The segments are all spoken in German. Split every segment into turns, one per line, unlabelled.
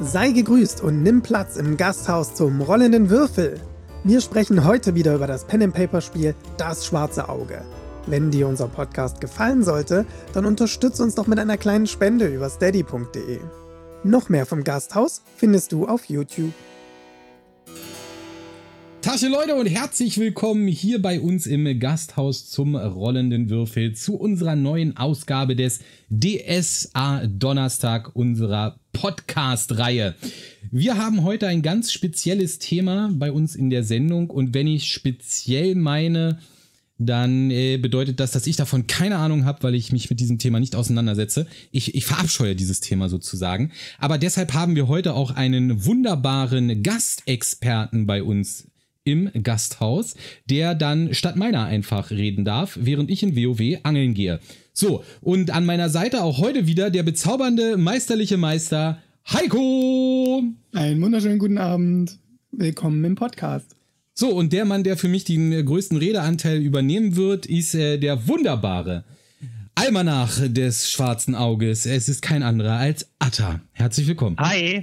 Sei gegrüßt und nimm Platz im Gasthaus zum rollenden Würfel. Wir sprechen heute wieder über das Pen-and-Paper-Spiel Das Schwarze Auge. Wenn dir unser Podcast gefallen sollte, dann unterstütz uns doch mit einer kleinen Spende über steady.de. Noch mehr vom Gasthaus findest du auf YouTube.
Tasche Leute und herzlich willkommen hier bei uns im Gasthaus zum rollenden Würfel zu unserer neuen Ausgabe des DSA Donnerstag unserer Podcast-Reihe. Wir haben heute ein ganz spezielles Thema bei uns in der Sendung und wenn ich speziell meine, dann bedeutet das, dass ich davon keine Ahnung habe, weil ich mich mit diesem Thema nicht auseinandersetze. Ich verabscheue dieses Thema sozusagen. Aber deshalb haben wir heute auch einen wunderbaren Gastexperten bei uns im Gasthaus, der dann statt meiner einfach reden darf, während ich in WoW angeln gehe. So, und an meiner Seite auch heute wieder der bezaubernde, meisterliche Meister Heiko!
Einen wunderschönen guten Abend. Willkommen im Podcast.
So, und der Mann, der für mich den größten Redeanteil übernehmen wird, ist der wunderbare Almanach des Schwarzen Auges. Es ist kein anderer als Atta. Herzlich willkommen.
Hi.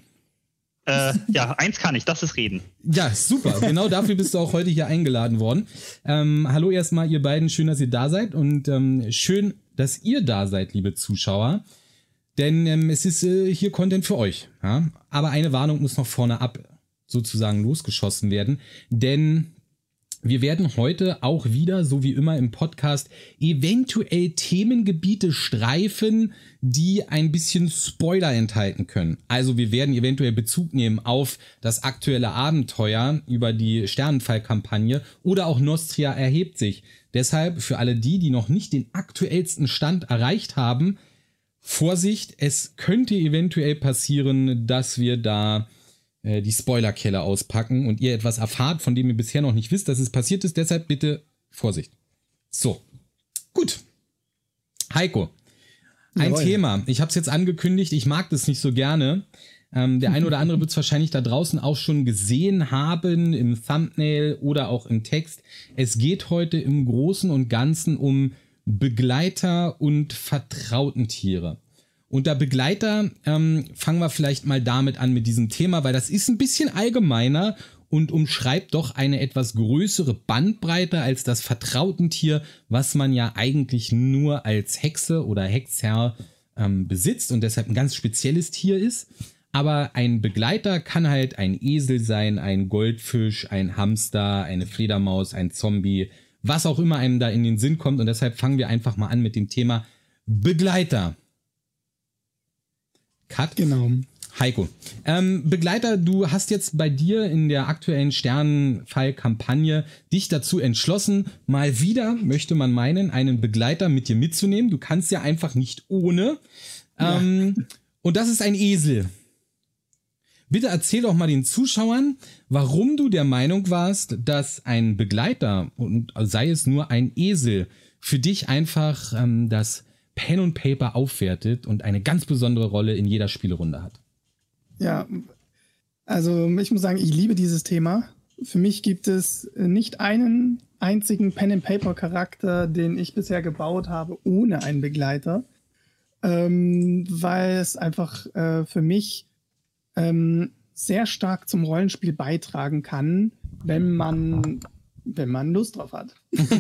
Eins kann ich, das ist Reden.
Ja, super. Genau dafür bist du auch heute hier eingeladen worden. Hallo erstmal, ihr beiden. Schön, dass ihr da seid und schön, dass ihr da seid, liebe Zuschauer. Denn es ist hier Content für euch. Ja? Aber eine Warnung muss noch vorne ab sozusagen losgeschossen werden. Denn wir werden heute auch wieder, so wie immer im Podcast, eventuell Themengebiete streifen, die ein bisschen Spoiler enthalten können. Also wir werden eventuell Bezug nehmen auf das aktuelle Abenteuer über die Sternenfall-Kampagne oder auch Nostria erhebt sich. Deshalb für alle die noch nicht den aktuellsten Stand erreicht haben, Vorsicht, es könnte eventuell passieren, dass wir da die Spoilerkelle auspacken und ihr etwas erfahrt, von dem ihr bisher noch nicht wisst, dass es passiert ist. Deshalb bitte Vorsicht. So, gut. Heiko, ein Thema. Ich habe es jetzt angekündigt, ich mag das nicht so gerne. Der ein oder andere wird es wahrscheinlich da draußen auch schon gesehen haben, im Thumbnail oder auch im Text. Es geht heute im Großen und Ganzen um Begleiter und Vertrautentiere. Unter Begleiter fangen wir vielleicht mal damit an mit diesem Thema, weil das ist ein bisschen allgemeiner und umschreibt doch eine etwas größere Bandbreite als das Vertrautentier, was man ja eigentlich nur als Hexe oder Hexer besitzt und deshalb ein ganz spezielles Tier ist. Aber ein Begleiter kann halt ein Esel sein, ein Goldfisch, ein Hamster, eine Fledermaus, ein Zombie, was auch immer einem da in den Sinn kommt. Und deshalb fangen wir einfach mal an mit dem Thema Begleiter. Cut.
Genau.
Heiko. Begleiter, du hast jetzt bei dir in der aktuellen Sternenfall-Kampagne dich dazu entschlossen, mal wieder, möchte man meinen, einen Begleiter mit dir mitzunehmen. Du kannst ja einfach nicht ohne. Und das ist ein Esel. Bitte erzähl doch mal den Zuschauern, warum du der Meinung warst, dass ein Begleiter, und sei es nur ein Esel, für dich einfach das Pen und Paper aufwertet und eine ganz besondere Rolle in jeder Spielerunde hat.
Ja, also ich muss sagen, ich liebe dieses Thema. Für mich gibt es nicht einen einzigen Pen-and-Paper-Charakter, den ich bisher gebaut habe, ohne einen Begleiter. Weil es einfach für mich sehr stark zum Rollenspiel beitragen kann, wenn man Lust drauf hat.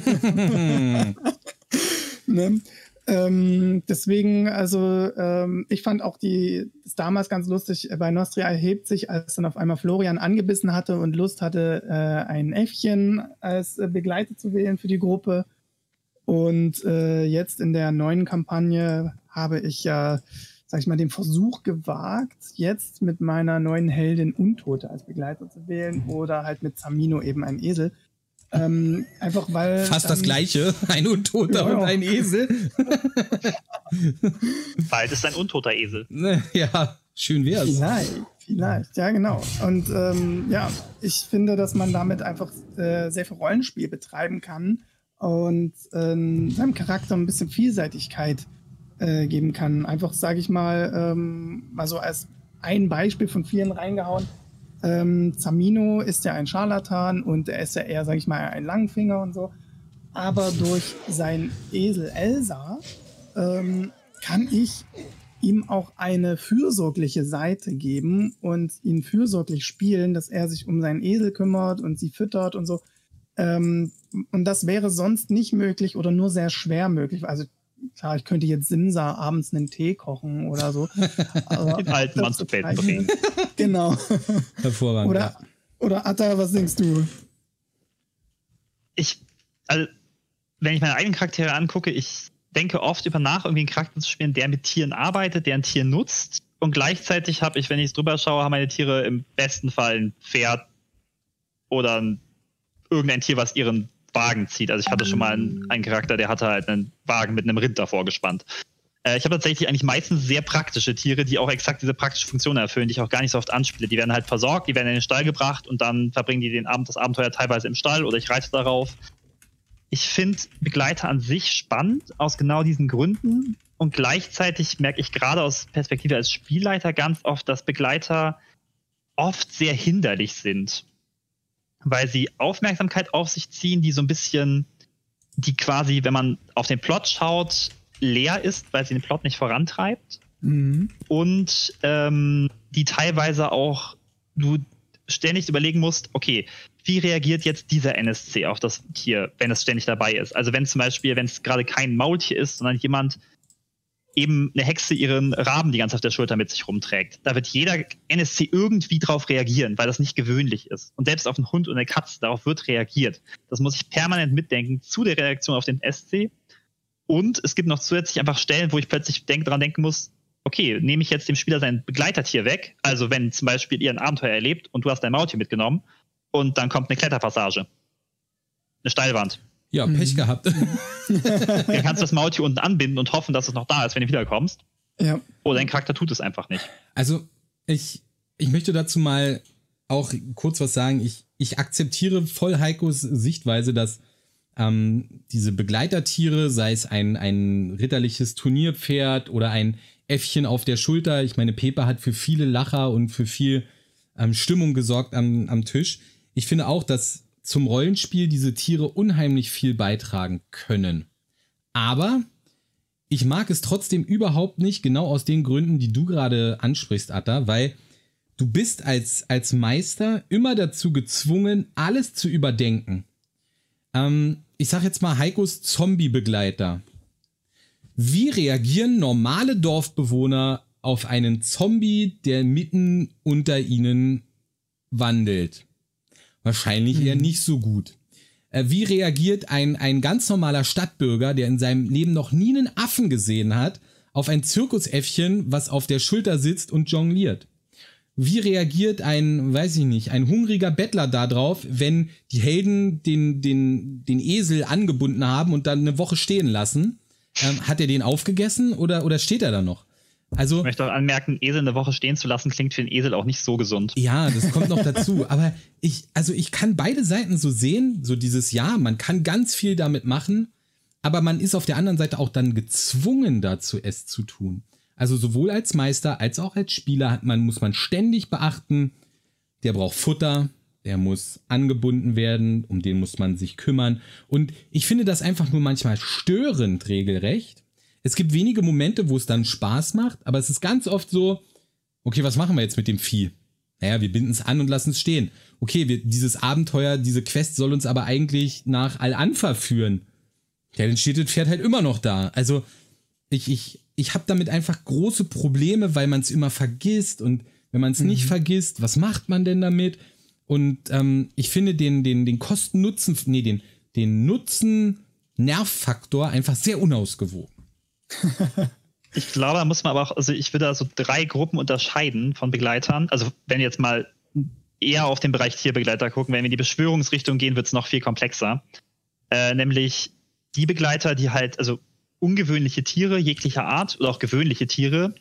Ne? Deswegen, also ich fand auch das damals ganz lustig, bei Nostria erhebt sich, als dann auf einmal Florian angebissen hatte und Lust hatte, ein Äffchen als Begleiter zu wählen für die Gruppe. Und jetzt in der neuen Kampagne habe ich ja, sag ich mal, den Versuch gewagt, jetzt mit meiner neuen Heldin Untote als Begleiter zu wählen oder halt mit Zamino eben ein Esel. Einfach weil.
Fast das Gleiche, ein Untoter und ein Esel.
Bald ist ein untoter Esel.
Ja, schön wär's.
Vielleicht, ja genau. Und ich finde, dass man damit einfach sehr viel Rollenspiel betreiben kann und seinem Charakter ein bisschen Vielseitigkeit geben kann. Einfach, sage ich mal so als ein Beispiel von vielen reingehauen. Zamino ist ja ein Scharlatan und er ist ja eher, sag ich mal, ein Langfinger und so. Aber durch sein Esel Elsa kann ich ihm auch eine fürsorgliche Seite geben und ihn fürsorglich spielen, dass er sich um seinen Esel kümmert und sie füttert und so. Und das wäre sonst nicht möglich oder nur sehr schwer möglich. Also klar, ich könnte jetzt Simsa abends einen Tee kochen oder so. Aber
den alten Mann zu Bett bringen.
Genau.
Hervorragend.
Oder Atta, was denkst du?
Also, wenn ich meine eigenen Charaktere angucke, ich denke oft über nach, irgendwie einen Charakter zu spielen, der mit Tieren arbeitet, der ein Tier nutzt. Und gleichzeitig habe ich, wenn ich es drüber schaue, haben meine Tiere im besten Fall ein Pferd oder irgendein Tier, was ihren Wagen zieht. Also ich hatte schon mal einen Charakter, der hatte halt einen Wagen mit einem Rind davor gespannt. Ich habe tatsächlich eigentlich meistens sehr praktische Tiere, die auch exakt diese praktische Funktion erfüllen, die ich auch gar nicht so oft anspiele. Die werden halt versorgt, die werden in den Stall gebracht und dann verbringen die das Abenteuer teilweise im Stall oder ich reite darauf. Ich finde Begleiter an sich spannend, aus genau diesen Gründen. Und gleichzeitig merke ich gerade aus Perspektive als Spielleiter ganz oft, dass Begleiter oft sehr hinderlich sind. Weil sie Aufmerksamkeit auf sich ziehen, die so ein bisschen, die quasi, wenn man auf den Plot schaut, leer ist, weil sie den Plot nicht vorantreibt.
Mhm.
Und die teilweise auch du ständig überlegen musst, okay, wie reagiert jetzt dieser NSC auf das Tier, wenn es ständig dabei ist? Also wenn zum Beispiel, wenn es gerade kein Maultier ist, sondern jemand eben eine Hexe ihren Raben die ganze Zeit auf der Schulter mit sich rumträgt. Da wird jeder NSC irgendwie drauf reagieren, weil das nicht gewöhnlich ist. Und selbst auf einen Hund und eine Katze, darauf wird reagiert. Das muss ich permanent mitdenken zu der Reaktion auf den SC. Und es gibt noch zusätzlich einfach Stellen, wo ich plötzlich daran denken muss, okay, nehme ich jetzt dem Spieler sein Begleitertier weg? Also wenn zum Beispiel ihr ein Abenteuer erlebt und du hast dein Maultier mitgenommen und dann kommt eine Kletterpassage. Eine Steilwand.
Ja, Pech gehabt.
Dann kannst du das Maultier unten anbinden und hoffen, dass es noch da ist, wenn du wiederkommst.
Ja.
Oder dein Charakter tut es einfach nicht.
Also, ich möchte dazu mal auch kurz was sagen. Ich akzeptiere voll Heikos Sichtweise, dass diese Begleitertiere, sei es ein ritterliches Turnierpferd oder ein Äffchen auf der Schulter, ich meine, Pepe hat für viele Lacher und für viel Stimmung gesorgt am Tisch. Ich finde auch, dass zum Rollenspiel diese Tiere unheimlich viel beitragen können. Aber ich mag es trotzdem überhaupt nicht, genau aus den Gründen, die du gerade ansprichst, Atta, weil du bist als Meister immer dazu gezwungen, alles zu überdenken. Ich sag jetzt mal Heikos Zombie-Begleiter. Wie reagieren normale Dorfbewohner auf einen Zombie, der mitten unter ihnen wandelt? Wahrscheinlich eher nicht so gut. Wie reagiert ein ganz normaler Stadtbürger, der in seinem Leben noch nie einen Affen gesehen hat, auf ein Zirkusäffchen, was auf der Schulter sitzt und jongliert? Wie reagiert ein hungriger Bettler darauf, wenn die Helden den Esel angebunden haben und dann eine Woche stehen lassen? Hat er den aufgegessen oder steht er da noch? Also,
ich möchte auch anmerken, Esel eine Woche stehen zu lassen, klingt für den Esel auch nicht so gesund.
Ja, das kommt noch dazu. Aber ich kann beide Seiten so sehen, so dieses Jahr, man kann ganz viel damit machen, aber man ist auf der anderen Seite auch dann gezwungen dazu, es zu tun. Also sowohl als Meister als auch als Spieler muss man ständig beachten, der braucht Futter, der muss angebunden werden, um den muss man sich kümmern. Und ich finde das einfach nur manchmal störend, regelrecht. Es gibt wenige Momente, wo es dann Spaß macht, aber es ist ganz oft so, okay, was machen wir jetzt mit dem Vieh? Naja, wir binden es an und lassen es stehen. Okay, dieses Abenteuer, diese Quest soll uns aber eigentlich nach Al-Anfa führen. Ja, dann steht das Pferd halt immer noch da. Also ich habe damit einfach große Probleme, weil man es immer vergisst und wenn man es nicht vergisst, was macht man denn damit? Und ich finde den Kosten-Nutzen, den Nutzen-Nerv-Faktor einfach sehr unausgewogen.
Ich glaube, da muss man aber auch, also ich würde da so 3 Gruppen unterscheiden von Begleitern. Also wenn wir jetzt mal eher auf den Bereich Tierbegleiter gucken, wenn wir in die Beschwörungsrichtung gehen, wird es noch viel komplexer. Nämlich die Begleiter, die halt, also ungewöhnliche Tiere jeglicher Art oder auch gewöhnliche Tiere,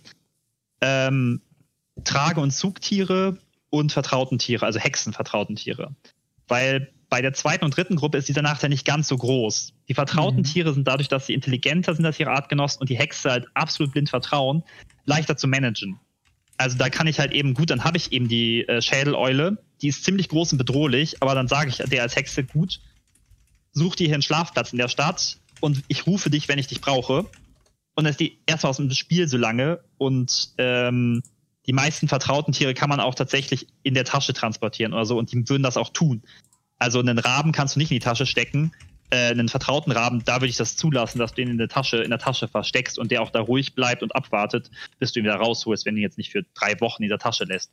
Trage- und Zugtiere und vertrauten Tiere, also hexenvertrauten Tiere. Weil bei der 2. und 3. Gruppe ist dieser Nachteil nicht ganz so groß. Die vertrauten Tiere sind dadurch, dass sie intelligenter sind als ihre Artgenossen und die Hexe halt absolut blind vertrauen, leichter zu managen. Also da kann ich halt eben, gut, dann habe ich eben die Schädeleule, die ist ziemlich groß und bedrohlich, aber dann sage ich der als Hexe, gut, such dir hier einen Schlafplatz in der Stadt und ich rufe dich, wenn ich dich brauche. und ist die erstmal aus dem Spiel so lange und die meisten vertrauten Tiere kann man auch tatsächlich in der Tasche transportieren oder so und die würden das auch tun. Also einen Raben kannst du nicht in die Tasche stecken, einen vertrauten Raben, da würde ich das zulassen, dass du ihn in der Tasche versteckst und der auch da ruhig bleibt und abwartet, bis du ihn wieder rausholst, wenn du ihn jetzt nicht für 3 Wochen in der Tasche lässt.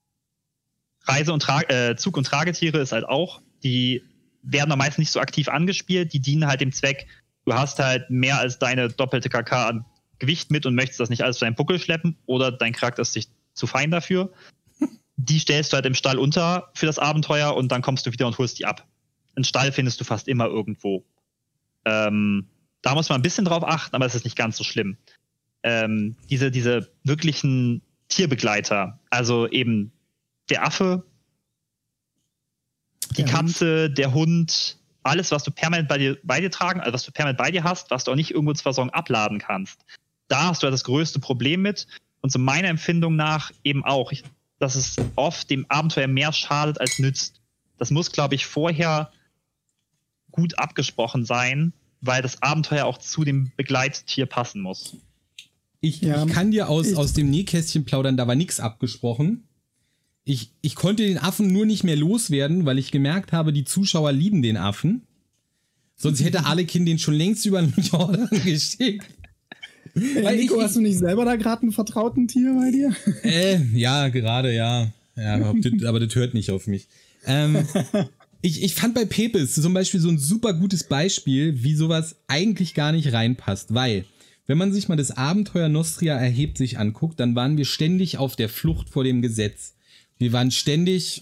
Zug- und Tragetiere ist halt auch, die werden am meisten nicht so aktiv angespielt, die dienen halt dem Zweck, du hast halt mehr als deine doppelte KK an Gewicht mit und möchtest das nicht alles zu deinem Buckel schleppen oder dein Charakter ist sich zu fein dafür. Die stellst du halt im Stall unter für das Abenteuer und dann kommst du wieder und holst die ab. Einen Stall findest du fast immer irgendwo. Da muss man ein bisschen drauf achten, aber es ist nicht ganz so schlimm. Diese wirklichen Tierbegleiter, also eben der Affe, die Katze, der Hund, alles, was du permanent bei dir tragen, also was du permanent bei dir hast, was du auch nicht irgendwo zur Versorgung abladen kannst. Da hast du halt das größte Problem mit. Und so meiner Empfindung nach eben auch, dass es oft dem Abenteuer mehr schadet als nützt. Das muss, glaube ich, vorher gut abgesprochen sein, weil das Abenteuer auch zu dem Begleittier passen muss.
Ich kann dir aus dem Nähkästchen plaudern, da war nichts abgesprochen. Ich konnte den Affen nur nicht mehr loswerden, weil ich gemerkt habe, die Zuschauer lieben den Affen. Sonst hätte Alekin den schon längst über den Jordan geschickt.
Weil Nico, hast du nicht selber da gerade ein vertrauten Tier bei dir?
Ja, gerade, ja. Aber das hört nicht auf mich. Ich fand bei Pepis zum Beispiel so ein super gutes Beispiel, wie sowas eigentlich gar nicht reinpasst, weil, wenn man sich mal das Abenteuer Nostria erhebt sich anguckt, dann waren wir ständig auf der Flucht vor dem Gesetz. Wir waren ständig...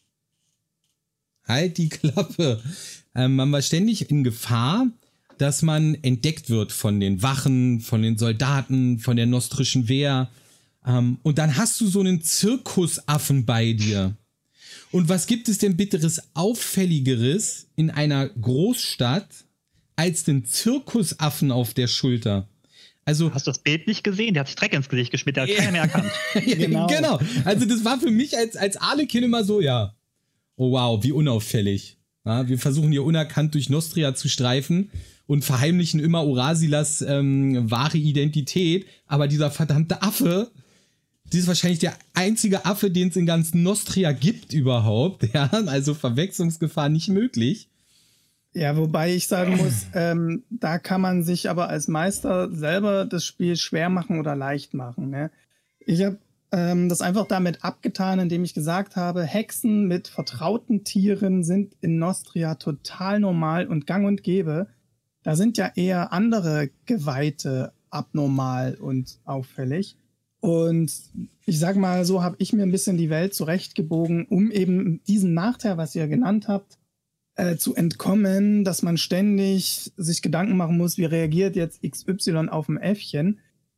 Halt die Klappe. Man war ständig in Gefahr, dass man entdeckt wird von den Wachen, von den Soldaten, von der nostrischen Wehr. Und dann hast du so einen Zirkusaffen bei dir. Und was gibt es denn bitteres Auffälligeres in einer Großstadt als den Zirkusaffen auf der Schulter? Also,
hast du das Bild nicht gesehen? Der hat sich Dreck ins Gesicht geschmiert, der hat keiner mehr erkannt.
Genau. Also das war für mich als Alekin immer so, ja, oh wow, wie unauffällig. Ja, wir versuchen hier unerkannt durch Nostria zu streifen und verheimlichen immer Orasilas wahre Identität. Aber dieser verdammte Affe, das ist wahrscheinlich der einzige Affe, den es in ganz Nostria gibt überhaupt. Ja, also Verwechslungsgefahr nicht möglich.
Ja, wobei ich sagen muss, da kann man sich aber als Meister selber das Spiel schwer machen oder leicht machen. Ne? Ich habe das einfach damit abgetan, indem ich gesagt habe, Hexen mit vertrauten Tieren sind in Nostria total normal und gang und gäbe. Da sind ja eher andere Geweihte abnormal und auffällig. Und ich sag mal, so habe ich mir ein bisschen die Welt zurechtgebogen, um eben diesen Nachteil, was ihr genannt habt, zu entkommen, dass man ständig sich Gedanken machen muss, wie reagiert jetzt XY auf ein Äffchen.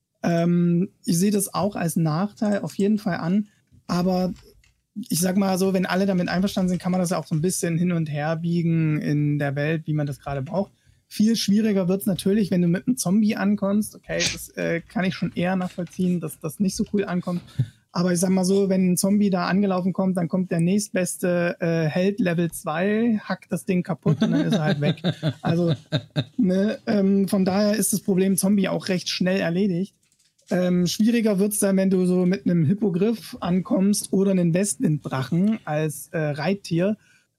Ich sehe das auch als Nachteil auf jeden Fall an, aber ich sag mal so, wenn alle damit einverstanden sind, kann man das ja auch so ein bisschen hin und her biegen in der Welt, wie man das gerade braucht. Viel schwieriger wird es natürlich, wenn du mit einem Zombie ankommst. Okay, das kann ich schon eher nachvollziehen, dass das nicht so cool ankommt. Aber ich sag mal so, wenn ein Zombie da angelaufen kommt, dann kommt der nächstbeste Held Level 2, hackt das Ding kaputt und dann ist er halt weg. Also ne, von daher ist das Problem Zombie auch recht schnell erledigt. Schwieriger wird es dann, wenn du so mit einem Hippogriff ankommst oder einen Westwinddrachen als Reittier.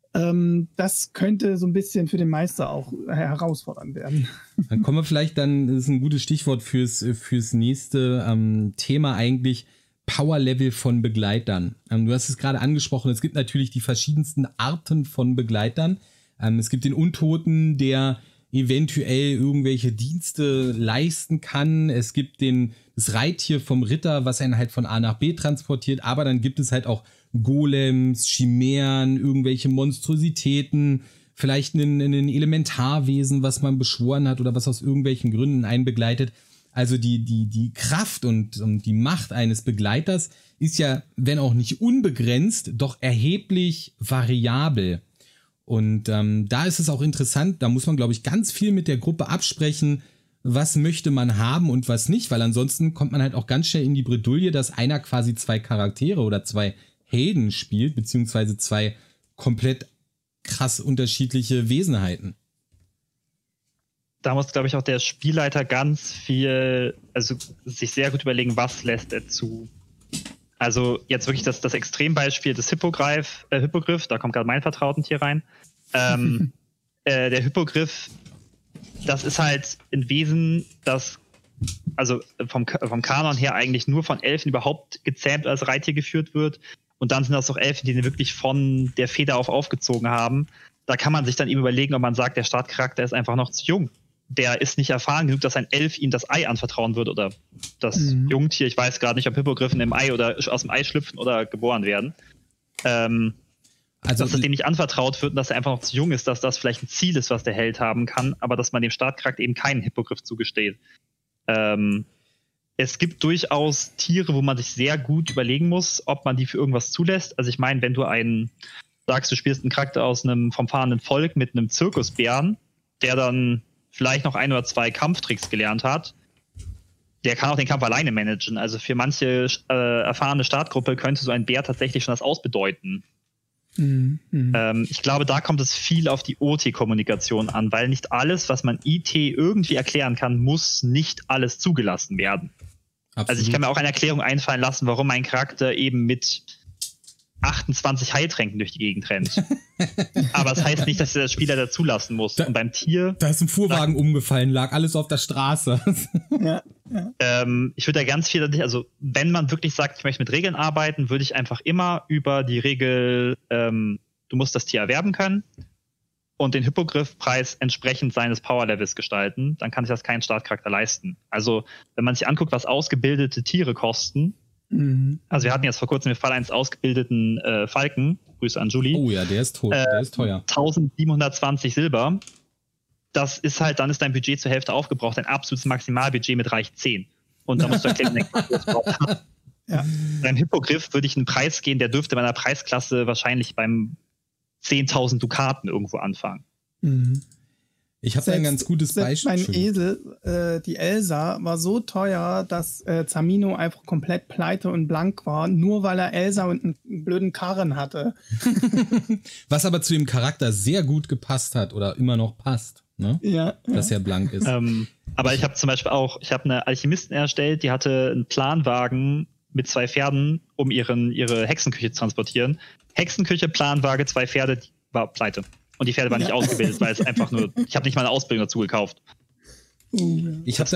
Das könnte so ein bisschen für den Meister auch herausfordernd werden.
Dann kommen wir vielleicht dann, das ist ein gutes Stichwort fürs nächste Thema eigentlich, Power-Level von Begleitern. Du hast es gerade angesprochen, es gibt natürlich die verschiedensten Arten von Begleitern. Es gibt den Untoten, der eventuell irgendwelche Dienste leisten kann. Es gibt das Reittier vom Ritter, was einen halt von A nach B transportiert. Aber dann gibt es halt auch Golems, Chimären, irgendwelche Monstrositäten, vielleicht ein Elementarwesen, was man beschworen hat oder was aus irgendwelchen Gründen einen begleitet. Also die Kraft und die Macht eines Begleiters ist ja, wenn auch nicht unbegrenzt, doch erheblich variabel. Und da ist es auch interessant, da muss man, glaube ich, ganz viel mit der Gruppe absprechen, was möchte man haben und was nicht, weil ansonsten kommt man halt auch ganz schnell in die Bredouille, dass einer quasi 2 Charaktere oder 2 Helden spielt, beziehungsweise 2 komplett krass unterschiedliche Wesenheiten.
da muss, glaube ich, auch der Spielleiter ganz viel, also sich sehr gut überlegen, was lässt er zu. Also jetzt wirklich das Extrembeispiel des Hippogriff, da kommt gerade mein Vertrautentier rein. Der Hippogriff, das ist halt in Wesen das, also vom Kanon her eigentlich nur von Elfen überhaupt gezähmt als Reittier geführt wird. Und dann sind das doch Elfen, die den wirklich von der Feder aufgezogen haben. Da kann man sich dann eben überlegen, ob man sagt, der Startcharakter ist einfach noch zu jung. Der ist nicht erfahren genug, dass ein Elf ihm das Ei anvertrauen wird oder das Jungtier. Ich weiß gerade nicht, ob Hippogriffen im Ei oder aus dem Ei schlüpfen oder geboren werden. Also dass es dem nicht anvertraut wird und dass er einfach noch zu jung ist, dass das vielleicht ein Ziel ist, was der Held haben kann, aber dass man dem Startcharakter eben keinen Hippogriff zugesteht. Es gibt durchaus Tiere, wo man sich sehr gut überlegen muss, ob man die für irgendwas zulässt. Also ich meine, wenn du sagst, du spielst einen Charakter vom fahrenden Volk mit einem Zirkusbären, der dann vielleicht noch 1 oder 2 Kampftricks gelernt hat, der kann auch den Kampf alleine managen. Also für manche erfahrene Startgruppe könnte so ein Bär tatsächlich schon das ausbedeuten. Ich glaube, da kommt es viel auf die OT-Kommunikation an, weil nicht alles, was man IT irgendwie erklären kann, muss nicht alles zugelassen werden. Absolut. Also ich kann mir auch eine Erklärung einfallen lassen, warum mein Charakter eben mit 28 Heiltränken durch die Gegend rennt. Aber das heißt nicht, dass der Spieler da zulassen muss. Und beim Tier...
Da ist ein Fuhrwagen umgefallen, lag alles auf der Straße.
Ja.
Ich würde da ganz viel... Also wenn man wirklich sagt, ich möchte mit Regeln arbeiten, würde ich einfach immer über die Regel, du musst das Tier erwerben können und den Hippogriffpreis entsprechend seines Powerlevels gestalten. Dann kann sich das kein Startcharakter leisten. Also wenn man sich anguckt, was ausgebildete Tiere kosten, also wir hatten jetzt vor kurzem den Fall eines ausgebildeten Falken. Grüße an Julie.
Oh ja, der ist teuer.
1720 Silber. Das ist halt, dann ist dein Budget zur Hälfte aufgebraucht. Dein absolutes Maximalbudget mit reicht 10. Und da musst du erklären, Beim Hippogriff würde ich einen Preis gehen, der dürfte bei einer Preisklasse wahrscheinlich beim 10.000 Dukaten irgendwo anfangen.
Ich habe da ein ganz gutes Beispiel.
Mein Esel, die Elsa, war so teuer, dass Zamino einfach komplett pleite und blank war, nur weil er Elsa und einen blöden Karren hatte.
Was aber zu dem Charakter sehr gut gepasst hat oder immer noch passt, ne? Ja. Dass er blank ist.
Aber ich habe zum Beispiel eine Alchemistin erstellt, die hatte einen Planwagen mit 2 Pferden, um ihre Hexenküche zu transportieren. Hexenküche, Planwagen, 2 Pferde, die war pleite. Und die Pferde waren nicht ausgebildet, weil es einfach nur, ich habe nicht mal eine Ausbildung dazu gekauft.
Ich habe da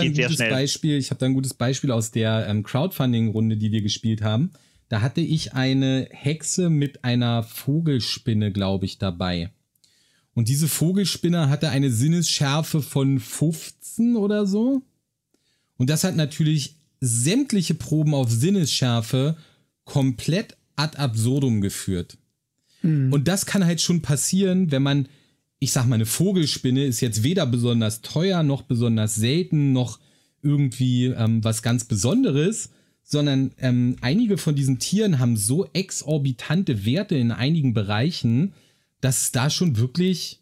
ein gutes Beispiel aus der Crowdfunding-Runde, die wir gespielt haben. Da hatte ich eine Hexe mit einer Vogelspinne, glaube ich, dabei. Und diese Vogelspinne hatte eine Sinnesschärfe von 15 oder so. Und das hat natürlich sämtliche Proben auf Sinnesschärfe komplett ad absurdum geführt. Und das kann halt schon passieren, wenn man, ich sag mal, eine Vogelspinne ist jetzt weder besonders teuer, noch besonders selten, noch irgendwie was ganz Besonderes, sondern einige von diesen Tieren haben so exorbitante Werte in einigen Bereichen, dass es da schon wirklich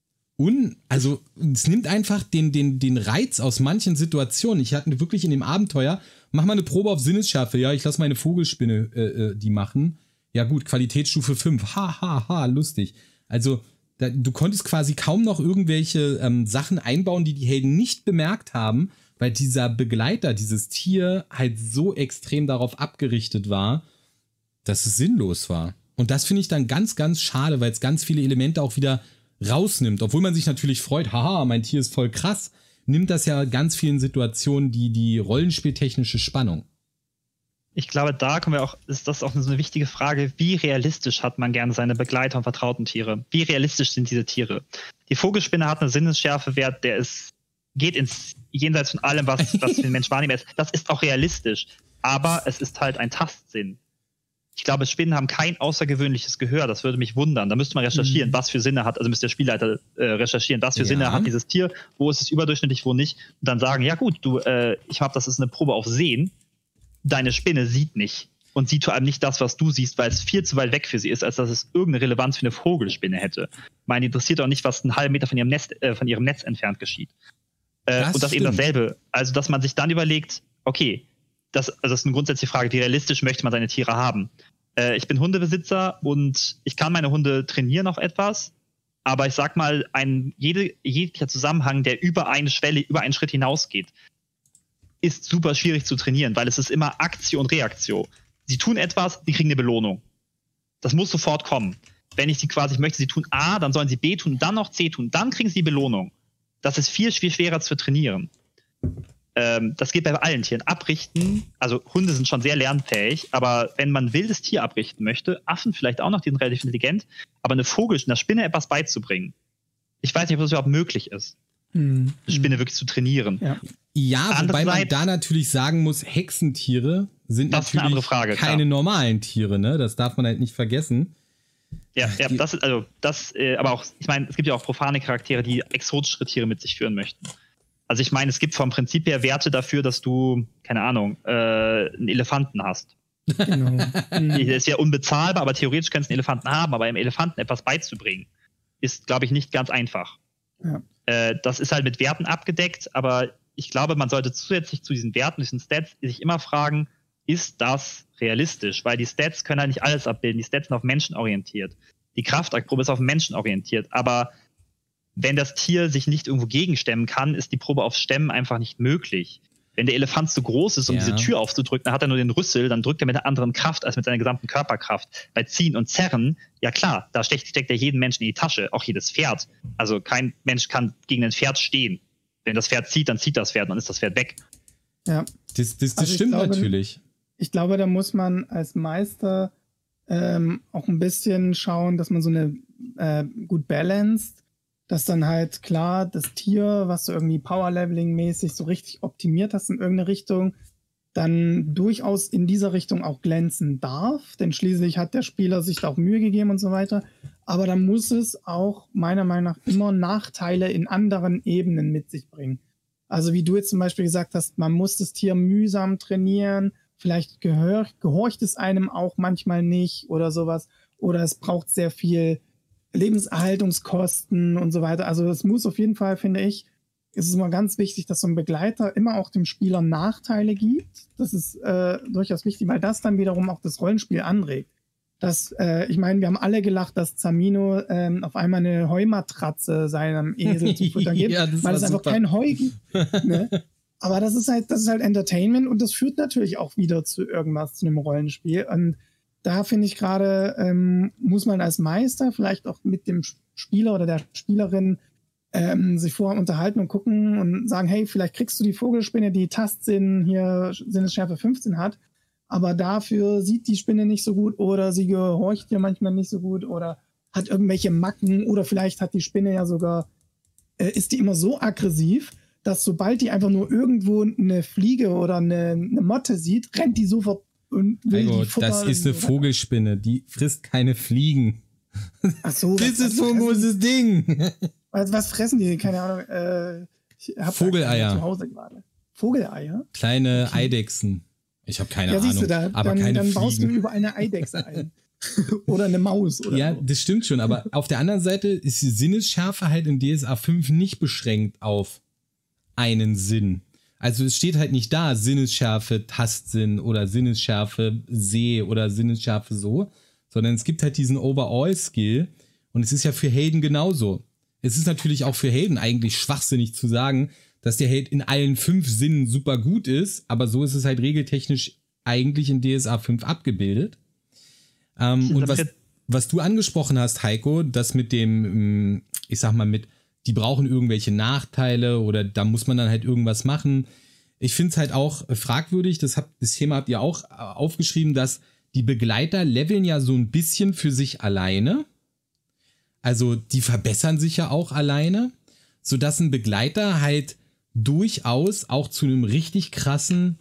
also es nimmt einfach den Reiz aus manchen Situationen. Ich hatte wirklich in dem Abenteuer, mach mal eine Probe auf Sinnesschärfe, ja, ich lasse meine Vogelspinne die machen. Ja gut, Qualitätsstufe 5. Lustig. Also du konntest quasi kaum noch irgendwelche Sachen einbauen, die Helden nicht bemerkt haben, weil dieser Begleiter, dieses Tier halt so extrem darauf abgerichtet war, dass es sinnlos war. Und das finde ich dann ganz, ganz schade, weil es ganz viele Elemente auch wieder rausnimmt. Obwohl man sich natürlich freut, mein Tier ist voll krass, nimmt das ja ganz vielen Situationen die rollenspieltechnische Spannung.
Ich glaube, da ist das auch so eine wichtige Frage, wie realistisch hat man gerne seine Begleiter und vertrauten Tiere? Wie realistisch sind diese Tiere? Die Vogelspinne hat einen Sinnesschärfewert, geht ins Jenseits von allem, was für den Mensch wahrnehmbar ist. Das ist auch realistisch, aber es ist halt ein Tastsinn. Ich glaube, Spinnen haben kein außergewöhnliches Gehör, das würde mich wundern. Da müsste man recherchieren, was für Sinne hat, also müsste der Spielleiter recherchieren, was für Sinne hat dieses Tier, wo ist es überdurchschnittlich, wo nicht. Und dann sagen, ja gut, ich habe, das ist eine Probe auf Sehen. Deine Spinne sieht nicht und sieht vor allem nicht das, was du siehst, weil es viel zu weit weg für sie ist, als dass es irgendeine Relevanz für eine Vogelspinne hätte. Die interessiert auch nicht, was einen halben Meter von ihrem Netz entfernt geschieht. Und das eben dasselbe. Also, dass man sich dann überlegt, okay, das ist eine grundsätzliche Frage, wie realistisch möchte man seine Tiere haben? Ich bin Hundebesitzer und ich kann meine Hunde trainieren auf etwas. Aber ich sag mal, jeglicher Zusammenhang, der über eine Schwelle, über einen Schritt hinausgeht, ist super schwierig zu trainieren, weil es ist immer Aktio und Reaktio. Sie tun etwas, die kriegen eine Belohnung. Das muss sofort kommen. Wenn ich möchte, sie tun A, dann sollen sie B tun, dann noch C tun, dann kriegen sie die Belohnung. Das ist viel, viel schwerer zu trainieren. Das geht bei allen Tieren. Abrichten, also Hunde sind schon sehr lernfähig, aber wenn man ein wildes Tier abrichten möchte, Affen vielleicht auch noch, die sind relativ intelligent, aber einer Spinne etwas beizubringen. Ich weiß nicht, ob das überhaupt möglich ist, eine Spinne wirklich zu trainieren.
Ja, wobei man da natürlich sagen muss, Hexentiere sind natürlich keine normalen Tiere, ne? Das darf man halt nicht vergessen.
Ja, aber auch, ich meine, es gibt ja auch profane Charaktere, die exotischere Tiere mit sich führen möchten. Also ich meine, es gibt vom Prinzip her Werte dafür, dass du, keine Ahnung, einen Elefanten hast. Genau. Der ist ja unbezahlbar, aber theoretisch kannst du einen Elefanten haben, aber einem Elefanten etwas beizubringen, ist, glaube ich, nicht ganz einfach. Ja. Das ist halt mit Werten abgedeckt, aber ich glaube, man sollte zusätzlich zu diesen Werten, diesen Stats, sich immer fragen, ist das realistisch? Weil die Stats können halt nicht alles abbilden. Die Stats sind auf Menschen orientiert. Die Kraftaktprobe ist auf Menschen orientiert, aber wenn das Tier sich nicht irgendwo gegenstemmen kann, ist die Probe auf Stemmen einfach nicht möglich. Wenn der Elefant zu groß ist, um diese Tür aufzudrücken, dann hat er nur den Rüssel, dann drückt er mit einer anderen Kraft als mit seiner gesamten Körperkraft. Bei Ziehen und Zerren, ja klar, da steckt er jeden Menschen in die Tasche, auch jedes Pferd. Also kein Mensch kann gegen ein Pferd stehen. Wenn das Pferd zieht, dann zieht das Pferd, dann ist das Pferd weg.
Ja.
Das stimmt natürlich.
Ich glaube, da muss man als Meister auch ein bisschen schauen, dass man so eine gut balanced, dass dann halt klar das Tier, was du irgendwie Power-Leveling-mäßig so richtig optimiert hast in irgendeine Richtung, dann durchaus in dieser Richtung auch glänzen darf, denn schließlich hat der Spieler sich da auch Mühe gegeben und so weiter. Aber dann muss es auch meiner Meinung nach immer Nachteile in anderen Ebenen mit sich bringen. Also wie du jetzt zum Beispiel gesagt hast, man muss das Tier mühsam trainieren, vielleicht gehorcht es einem auch manchmal nicht oder sowas, oder es braucht sehr viel Lebenserhaltungskosten und so weiter. Also es muss auf jeden Fall, finde ich, ist es immer ganz wichtig, dass so ein Begleiter immer auch dem Spieler Nachteile gibt. Das ist durchaus wichtig, weil das dann wiederum auch das Rollenspiel anregt. Ich meine, wir haben alle gelacht, dass Zamino auf einmal eine Heumatratze seinem Esel zu futtern gibt, weil es einfach kein Heu gibt. Ne? Aber das ist halt Entertainment und das führt natürlich auch wieder zu irgendwas, zu einem Rollenspiel. Und da finde ich gerade, muss man als Meister vielleicht auch mit dem Spieler oder der Spielerin sich vorher unterhalten und gucken und sagen, hey, vielleicht kriegst du die Vogelspinne, die Tastsinn hier Sinnesschärfe 15 hat, aber dafür sieht die Spinne nicht so gut oder sie gehorcht dir manchmal nicht so gut oder hat irgendwelche Macken oder vielleicht hat die Spinne ja sogar, ist die immer so aggressiv, dass sobald die einfach nur irgendwo eine Fliege oder eine Motte sieht, rennt die sofort und will die Futter. Das
ist eine Vogelspinne, die frisst keine Fliegen.
Ach so.
Das ist so ein großes Ding.
Was fressen die? Keine Ahnung. Ich hab
Vogeleier.
Zu Hause gerade. Vogeleier?
Kleine Eidechsen. Ich habe keine Ahnung.
Du da,
aber keine
dann
Fliegen.
baust du überall eine Eidechse ein. Oder eine Maus. Oder
ja,
so.
Das stimmt schon. Aber auf der anderen Seite ist die Sinnesschärfe halt in DSA 5 nicht beschränkt auf einen Sinn. Also es steht halt nicht da, Sinnesschärfe, Tastsinn oder Sinnesschärfe, Seh oder Sinnesschärfe so, sondern es gibt halt diesen Overall-Skill und es ist ja für Helden genauso. Es ist natürlich auch für Helden eigentlich schwachsinnig zu sagen, dass der Held in allen 5 Sinnen super gut ist, aber so ist es halt regeltechnisch eigentlich in DSA 5 abgebildet. Und was du angesprochen hast, Heiko, das mit dem, ich sag mal, die brauchen irgendwelche Nachteile oder da muss man dann halt irgendwas machen. Ich finde es halt auch fragwürdig, das Thema habt ihr auch aufgeschrieben, dass die Begleiter leveln ja so ein bisschen für sich alleine. Also die verbessern sich ja auch alleine, sodass ein Begleiter halt durchaus auch zu einem richtig krassen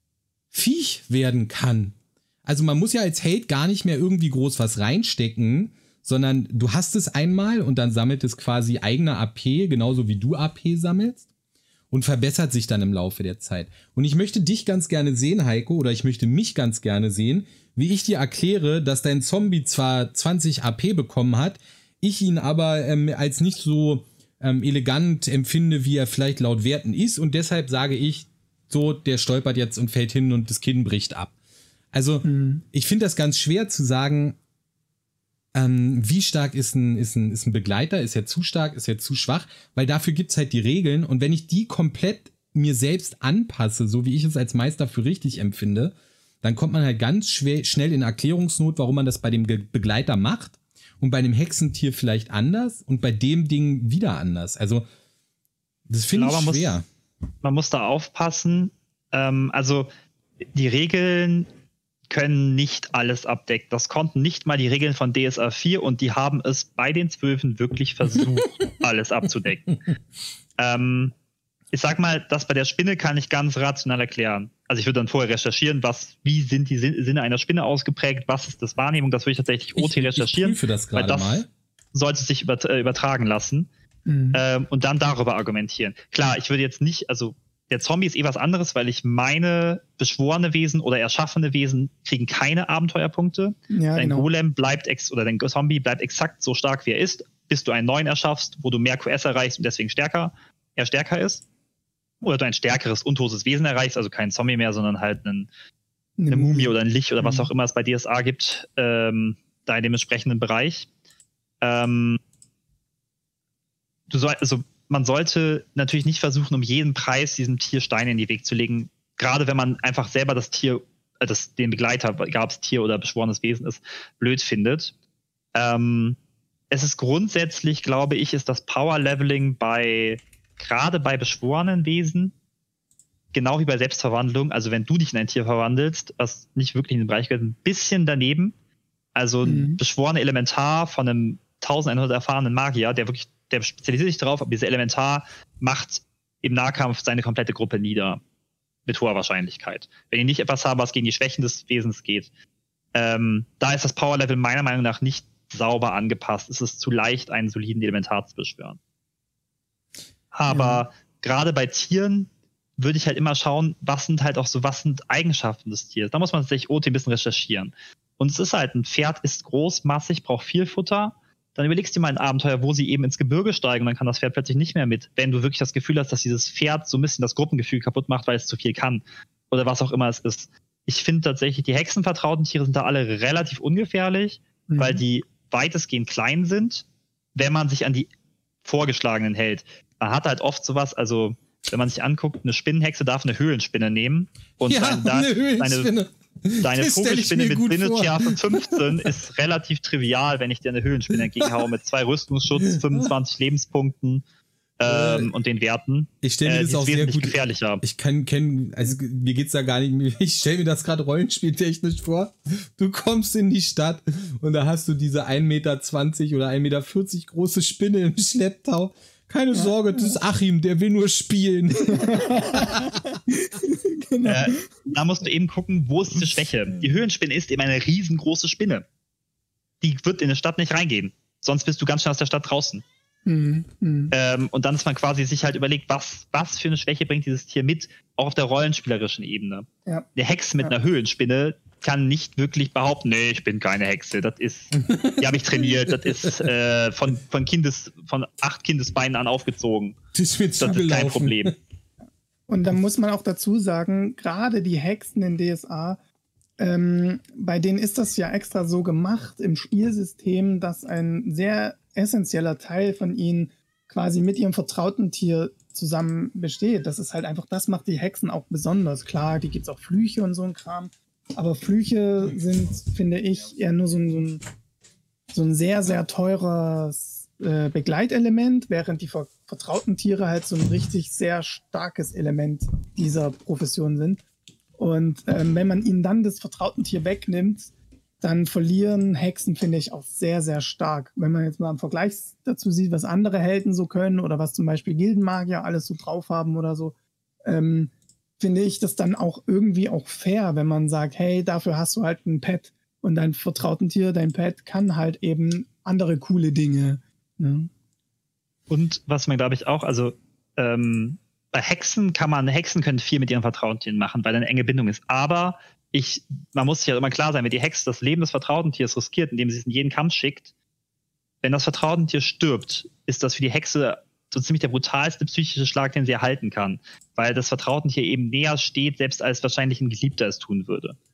Viech werden kann. Also man muss ja als Held gar nicht mehr irgendwie groß was reinstecken, sondern du hast es einmal und dann sammelt es quasi eigene AP, genauso wie du AP sammelst und verbessert sich dann im Laufe der Zeit. Und ich möchte dich ganz gerne sehen, Heiko, oder ich möchte mich ganz gerne sehen, wie ich dir erkläre, dass dein Zombie zwar 20 AP bekommen hat, ich ihn aber als nicht so elegant empfinde, wie er vielleicht laut Werten ist und deshalb sage ich, so, der stolpert jetzt und fällt hin und das Kinn bricht ab. Also ich finde das ganz schwer zu sagen, wie stark ist ein Begleiter? Ist er zu stark? Ist er zu schwach? Weil dafür gibt es halt die Regeln und wenn ich die komplett mir selbst anpasse, so wie ich es als Meister für richtig empfinde, dann kommt man halt ganz schnell in Erklärungsnot, warum man das bei dem Begleiter macht und bei dem Hexentier vielleicht anders und bei dem Ding wieder anders. Also das finde ich schwer.
Man muss da aufpassen. Also die Regeln können nicht alles abdecken. Das konnten nicht mal die Regeln von DSA 4 und die haben es bei den 12 wirklich versucht, alles abzudecken. Ich sag mal, das bei der Spinne kann ich ganz rational erklären. Also ich würde dann vorher recherchieren, wie sind die Sinne einer Spinne ausgeprägt, was ist das Wahrnehmung, das würde ich tatsächlich OT recherchieren.
Ich prüfe das gerade mal.
Sollte sich übertragen lassen und dann darüber argumentieren. Klar, ich würde jetzt nicht, also der Zombie ist was anderes, weil ich meine, beschworene Wesen oder erschaffene Wesen kriegen keine Abenteuerpunkte. Ja, dein Golem oder dein Zombie bleibt exakt so stark, wie er ist, bis du einen neuen erschaffst, wo du mehr QS erreichst und deswegen stärker ist. Oder du ein stärkeres, untotes Wesen erreichst, also kein Zombie mehr, sondern halt eine Mumie oder ein Lich oder was auch immer es bei DSA gibt, da in dem entsprechenden Bereich. Man sollte natürlich nicht versuchen, um jeden Preis diesem Tier Steine in den Weg zu legen, gerade wenn man einfach selber das Tier, den Begleiter, egal ob es Tier oder beschworenes Wesen ist, blöd findet. Es ist grundsätzlich, glaube ich, ist das Power-Leveling gerade bei beschworenen Wesen, genau wie bei Selbstverwandlung, also wenn du dich in ein Tier verwandelst, was nicht wirklich in den Bereich gehört, ein bisschen daneben. Also ein beschworene Elementar von einem 1100 erfahrenen Magier, der spezialisiert sich darauf, aber dieser Elementar macht im Nahkampf seine komplette Gruppe nieder. Mit hoher Wahrscheinlichkeit. Wenn ihr nicht etwas habt, was gegen die Schwächen des Wesens geht. Da ist das Power-Level meiner Meinung nach nicht sauber angepasst. Es ist zu leicht, einen soliden Elementar zu beschwören. Aber gerade bei Tieren würde ich halt immer schauen, was sind Eigenschaften des Tieres. Da muss man tatsächlich OT ein bisschen recherchieren. Und es ist halt, ein Pferd ist groß, massig, braucht viel Futter. Dann überlegst du dir mal ein Abenteuer, wo sie eben ins Gebirge steigen und dann kann das Pferd plötzlich nicht mehr mit. Wenn du wirklich das Gefühl hast, dass dieses Pferd so ein bisschen das Gruppengefühl kaputt macht, weil es zu viel kann. Oder was auch immer es ist. Ich finde tatsächlich, die hexenvertrauten Tiere sind da alle relativ ungefährlich, weil die weitestgehend klein sind, wenn man sich an die vorgeschlagenen hält. Man hat halt oft sowas, also wenn man sich anguckt, eine Spinnenhexe darf eine Höhlenspinne nehmen und deine Vogelspinne mit Sinnesschärfe 15 ist relativ trivial, wenn ich dir eine Höhlenspinne entgegenhaue mit 2 Rüstungsschutz, 25 Lebenspunkten und den Werten.
Ich stelle mir das auch sehr gut
gefährlicher.
Also mir geht's da gar nicht mehr. Ich stelle mir das gerade rollenspieltechnisch vor. Du kommst in die Stadt und da hast du diese 1,20 Meter oder 1,40 Meter große Spinne im Schlepptau. Keine Sorge, das ist Achim, der will nur spielen.
Genau. Da musst du eben gucken, wo ist diese Schwäche. Die Höhlenspinne ist eben eine riesengroße Spinne. Die wird in der Stadt nicht reingehen. Sonst bist du ganz schnell aus der Stadt draußen. Und dann ist man quasi sich halt überlegt, was für eine Schwäche bringt dieses Tier mit, auch auf der rollenspielerischen Ebene. Ja. Eine Hexe mit einer Höhlenspinne kann nicht wirklich behaupten, nee, ich bin keine Hexe, die habe ich trainiert, das ist von 8 Kindesbeinen an aufgezogen. Das ist kein Problem.
Und dann muss man auch dazu sagen, gerade die Hexen in DSA, bei denen ist das ja extra so gemacht im Spielsystem, dass ein sehr essentieller Teil von ihnen quasi mit ihrem vertrauten Tier zusammen besteht. Das ist halt einfach, das macht die Hexen auch besonders. Klar, die gibt's auch Flüche und so ein Kram, aber Flüche sind, finde ich, eher nur so ein sehr, sehr teures Begleitelement, während die vertrauten Tiere halt so ein richtig sehr starkes Element dieser Profession sind. Und wenn man ihnen dann das vertrauten Tier wegnimmt, dann verlieren Hexen, finde ich, auch sehr, sehr stark. Wenn man jetzt mal im Vergleich dazu sieht, was andere Helden so können oder was zum Beispiel Gildenmagier alles so drauf haben oder so, finde ich das dann auch irgendwie auch fair, wenn man sagt, hey, dafür hast du halt ein Pet und dein vertrauten Tier, dein Pet kann halt eben andere coole Dinge. Ne?
Und was man, glaube ich, auch, also bei Hexen können viel mit ihren vertrauten Tieren machen, weil eine enge Bindung ist. Aber man muss sich ja immer klar sein, wenn die Hexe das Leben des vertrauten Tiers riskiert, indem sie es in jeden Kampf schickt, wenn das vertraute Tier stirbt, ist das für die Hexe so ziemlich der brutalste psychische Schlag, den sie erhalten kann. Weil das vertraute Tier eben näher steht, selbst als wahrscheinlich ein Geliebter es tun würde.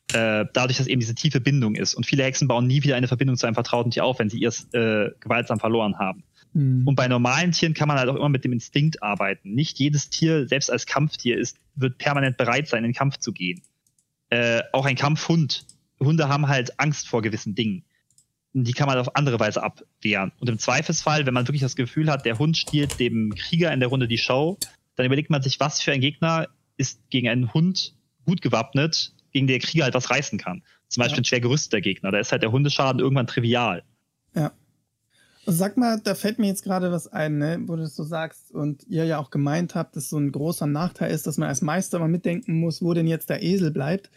dadurch, dass eben diese tiefe Bindung ist. Und viele Hexen bauen nie wieder eine Verbindung zu einem vertrauten Tier auf, wenn sie ihrs gewaltsam verloren haben. Und bei normalen Tieren kann man halt auch immer mit dem Instinkt arbeiten. Nicht jedes Tier, selbst als Kampftier, wird permanent bereit sein, in den Kampf zu gehen. Auch ein Kampfhund. Hunde haben halt Angst vor gewissen Dingen. Und die kann man auf andere Weise abwehren. Und im Zweifelsfall, wenn man wirklich das Gefühl hat, der Hund stiehlt dem Krieger in der Runde die Show, dann überlegt man sich, was für ein Gegner ist gegen einen Hund gut gewappnet, gegen den der Krieger halt was reißen kann. Zum Beispiel ein schwer gerüsteter Gegner. Da ist halt der Hundeschaden irgendwann trivial.
Ja. Sag mal, da fällt mir jetzt gerade was ein, ne, wo du das so sagst und ihr ja auch gemeint habt, dass so ein großer Nachteil ist, dass man als Meister mal mitdenken muss, wo denn jetzt der Esel bleibt.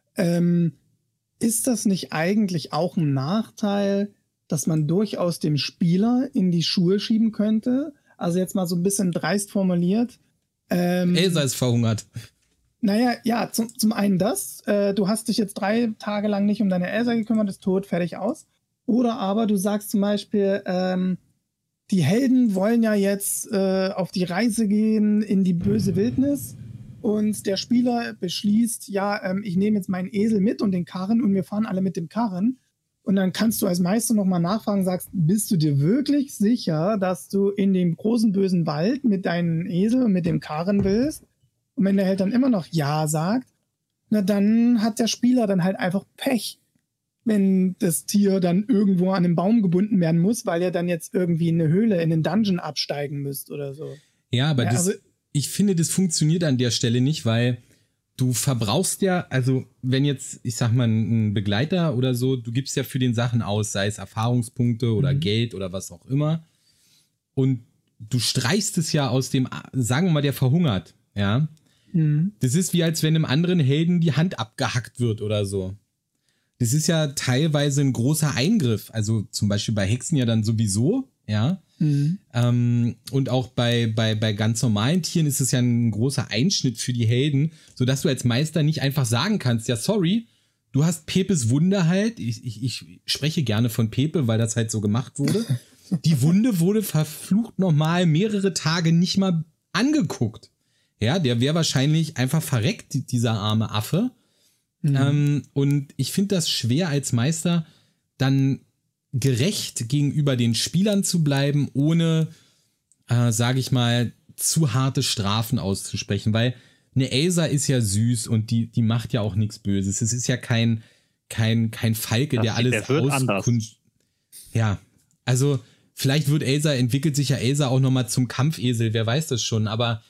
Ist das nicht eigentlich auch ein Nachteil, dass man durchaus dem Spieler in die Schuhe schieben könnte? Also jetzt mal so ein bisschen dreist formuliert.
Elsa ist verhungert.
Naja, ja, zum einen das. Du hast dich jetzt 3 Tage lang nicht um deine Elsa gekümmert, ist tot, fertig, aus. Oder aber du sagst zum Beispiel, die Helden wollen ja jetzt auf die Reise gehen in die böse Wildnis und der Spieler beschließt, ja, ich nehme jetzt meinen Esel mit und den Karren und wir fahren alle mit dem Karren. Und dann kannst du als Meister nochmal nachfragen, sagst, bist du dir wirklich sicher, dass du in dem großen bösen Wald mit deinem Esel und mit dem Karren willst? Und wenn der Held dann immer noch Ja sagt, na dann hat der Spieler dann halt einfach Pech, wenn das Tier dann irgendwo an einen Baum gebunden werden muss, weil er dann jetzt irgendwie in eine Höhle, in den Dungeon absteigen müsst oder so.
Ja, aber
Ja, also,
ich finde, das funktioniert an der Stelle nicht, weil du verbrauchst ja, also wenn jetzt, ich sag mal, ein Begleiter oder so, du gibst ja für den Sachen aus, sei es Erfahrungspunkte oder Geld oder was auch immer. Und du streichst es ja aus dem, sagen wir mal, der verhungert, ja. Das ist wie, als wenn einem anderen Helden die Hand abgehackt wird oder so. Das ist ja teilweise ein großer Eingriff. Also zum Beispiel bei Hexen ja dann sowieso, ja. Und auch bei ganz normalen Tieren ist es ja ein großer Einschnitt für die Helden, sodass du als Meister nicht einfach sagen kannst, ja sorry, du hast Pepes Wunde halt, ich spreche gerne von Pepe, weil das halt so gemacht wurde. Die Wunde wurde verflucht nochmal mehrere Tage nicht mal angeguckt. Ja, der wäre wahrscheinlich einfach verreckt, dieser arme Affe. Und ich finde das schwer als Meister dann gerecht gegenüber den Spielern zu bleiben, ohne, sage ich mal, zu harte Strafen auszusprechen, weil eine Elsa ist ja süß und die macht ja auch nichts Böses. Es ist ja kein Falke, der alles auskunft. Ja, also vielleicht entwickelt sich ja Elsa auch nochmal zum Kampfesel, wer weiß das schon, aber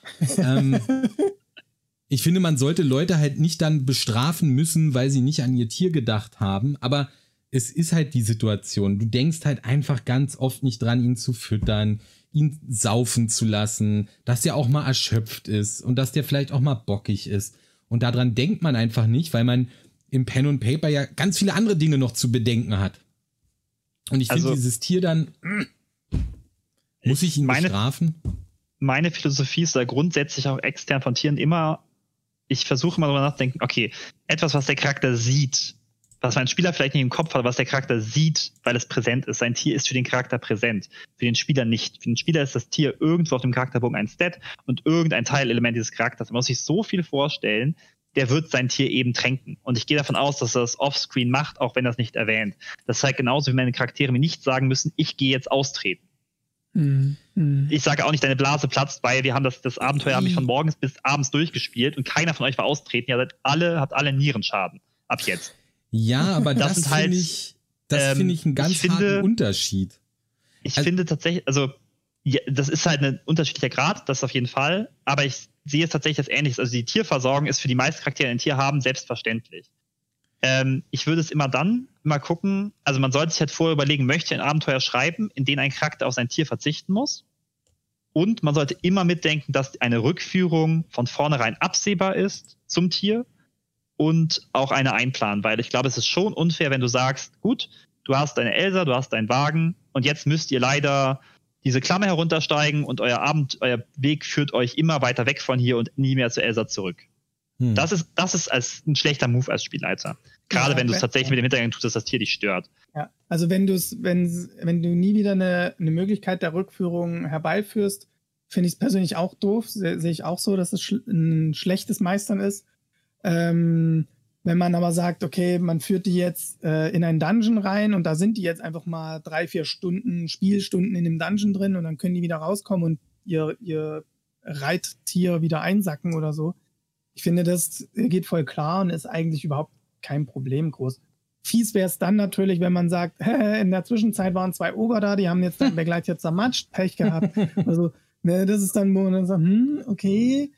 ich finde, man sollte Leute halt nicht dann bestrafen müssen, weil sie nicht an ihr Tier gedacht haben, aber es ist halt die Situation. Du denkst halt einfach ganz oft nicht dran, ihn zu füttern, ihn saufen zu lassen, dass der auch mal erschöpft ist und dass der vielleicht auch mal bockig ist. Und daran denkt man einfach nicht, weil man im Pen und Paper ja ganz viele andere Dinge noch zu bedenken hat. Und ich finde, dieses Tier dann, muss ich ihn bestrafen?
Meine Philosophie ist da grundsätzlich auch extern von Tieren immer, ich versuche mal darüber nachzudenken, okay, etwas, was der Charakter sieht, was mein Spieler vielleicht nicht im Kopf hat, was der Charakter sieht, weil es präsent ist. Sein Tier ist für den Charakter präsent, für den Spieler nicht. Für den Spieler ist das Tier irgendwo auf dem Charakterbogen ein Stat und irgendein Teilelement dieses Charakters. Man muss sich so viel vorstellen, der wird sein Tier eben tränken. Und ich gehe davon aus, dass er das offscreen macht, auch wenn er es nicht erwähnt. Das zeigt genauso, wie meine Charaktere mir nicht sagen müssen, ich gehe jetzt austreten. Ich sage auch nicht, deine Blase platzt, weil wir haben das Abenteuer habe ich von morgens bis abends durchgespielt und keiner von euch war austreten. Ihr habt alle Nierenschaden. Ab jetzt.
Ja, aber das finde ich einen ganz harten Unterschied.
Ich finde tatsächlich, also ja, das ist halt ein unterschiedlicher Grad, das auf jeden Fall, aber ich sehe es tatsächlich als Ähnliches. Also die Tierversorgung ist für die meisten Charaktere, die ein Tier haben, selbstverständlich. Ich würde es immer dann mal gucken, also man sollte sich halt vorher überlegen, möchte ich ein Abenteuer schreiben, in dem ein Charakter auf sein Tier verzichten muss? Und man sollte immer mitdenken, dass eine Rückführung von vornherein absehbar ist zum Tier und auch eine einplanen, weil ich glaube, es ist schon unfair, wenn du sagst, gut, du hast deine Elsa, du hast deinen Wagen und jetzt müsst ihr leider diese Klammer heruntersteigen und euer Weg führt euch immer weiter weg von hier und nie mehr zu Elsa zurück. Das ist als ein schlechter Move als Spielleiter. Gerade wenn du es tatsächlich mit dem Hintergrund tust, dass das Tier dich stört. Ja,
also wenn du nie wieder eine Möglichkeit der Rückführung herbeiführst, finde ich es persönlich auch doof. Sehe ich auch so, dass es ein schlechtes Meistern ist. Wenn man aber sagt, okay, man führt die jetzt in einen Dungeon rein und da sind die jetzt einfach mal 3-4 Stunden, Spielstunden in dem Dungeon drin und dann können die wieder rauskommen und ihr Reittier wieder einsacken oder so. Ich finde, das geht voll klar und ist eigentlich überhaupt kein Problem groß. Fies wäre es dann natürlich, wenn man sagt, in der Zwischenzeit waren 2 Oger da, die haben jetzt dann Begleiter zermatscht, Pech gehabt. Also, ne, das ist dann, wo man dann sagt, okay,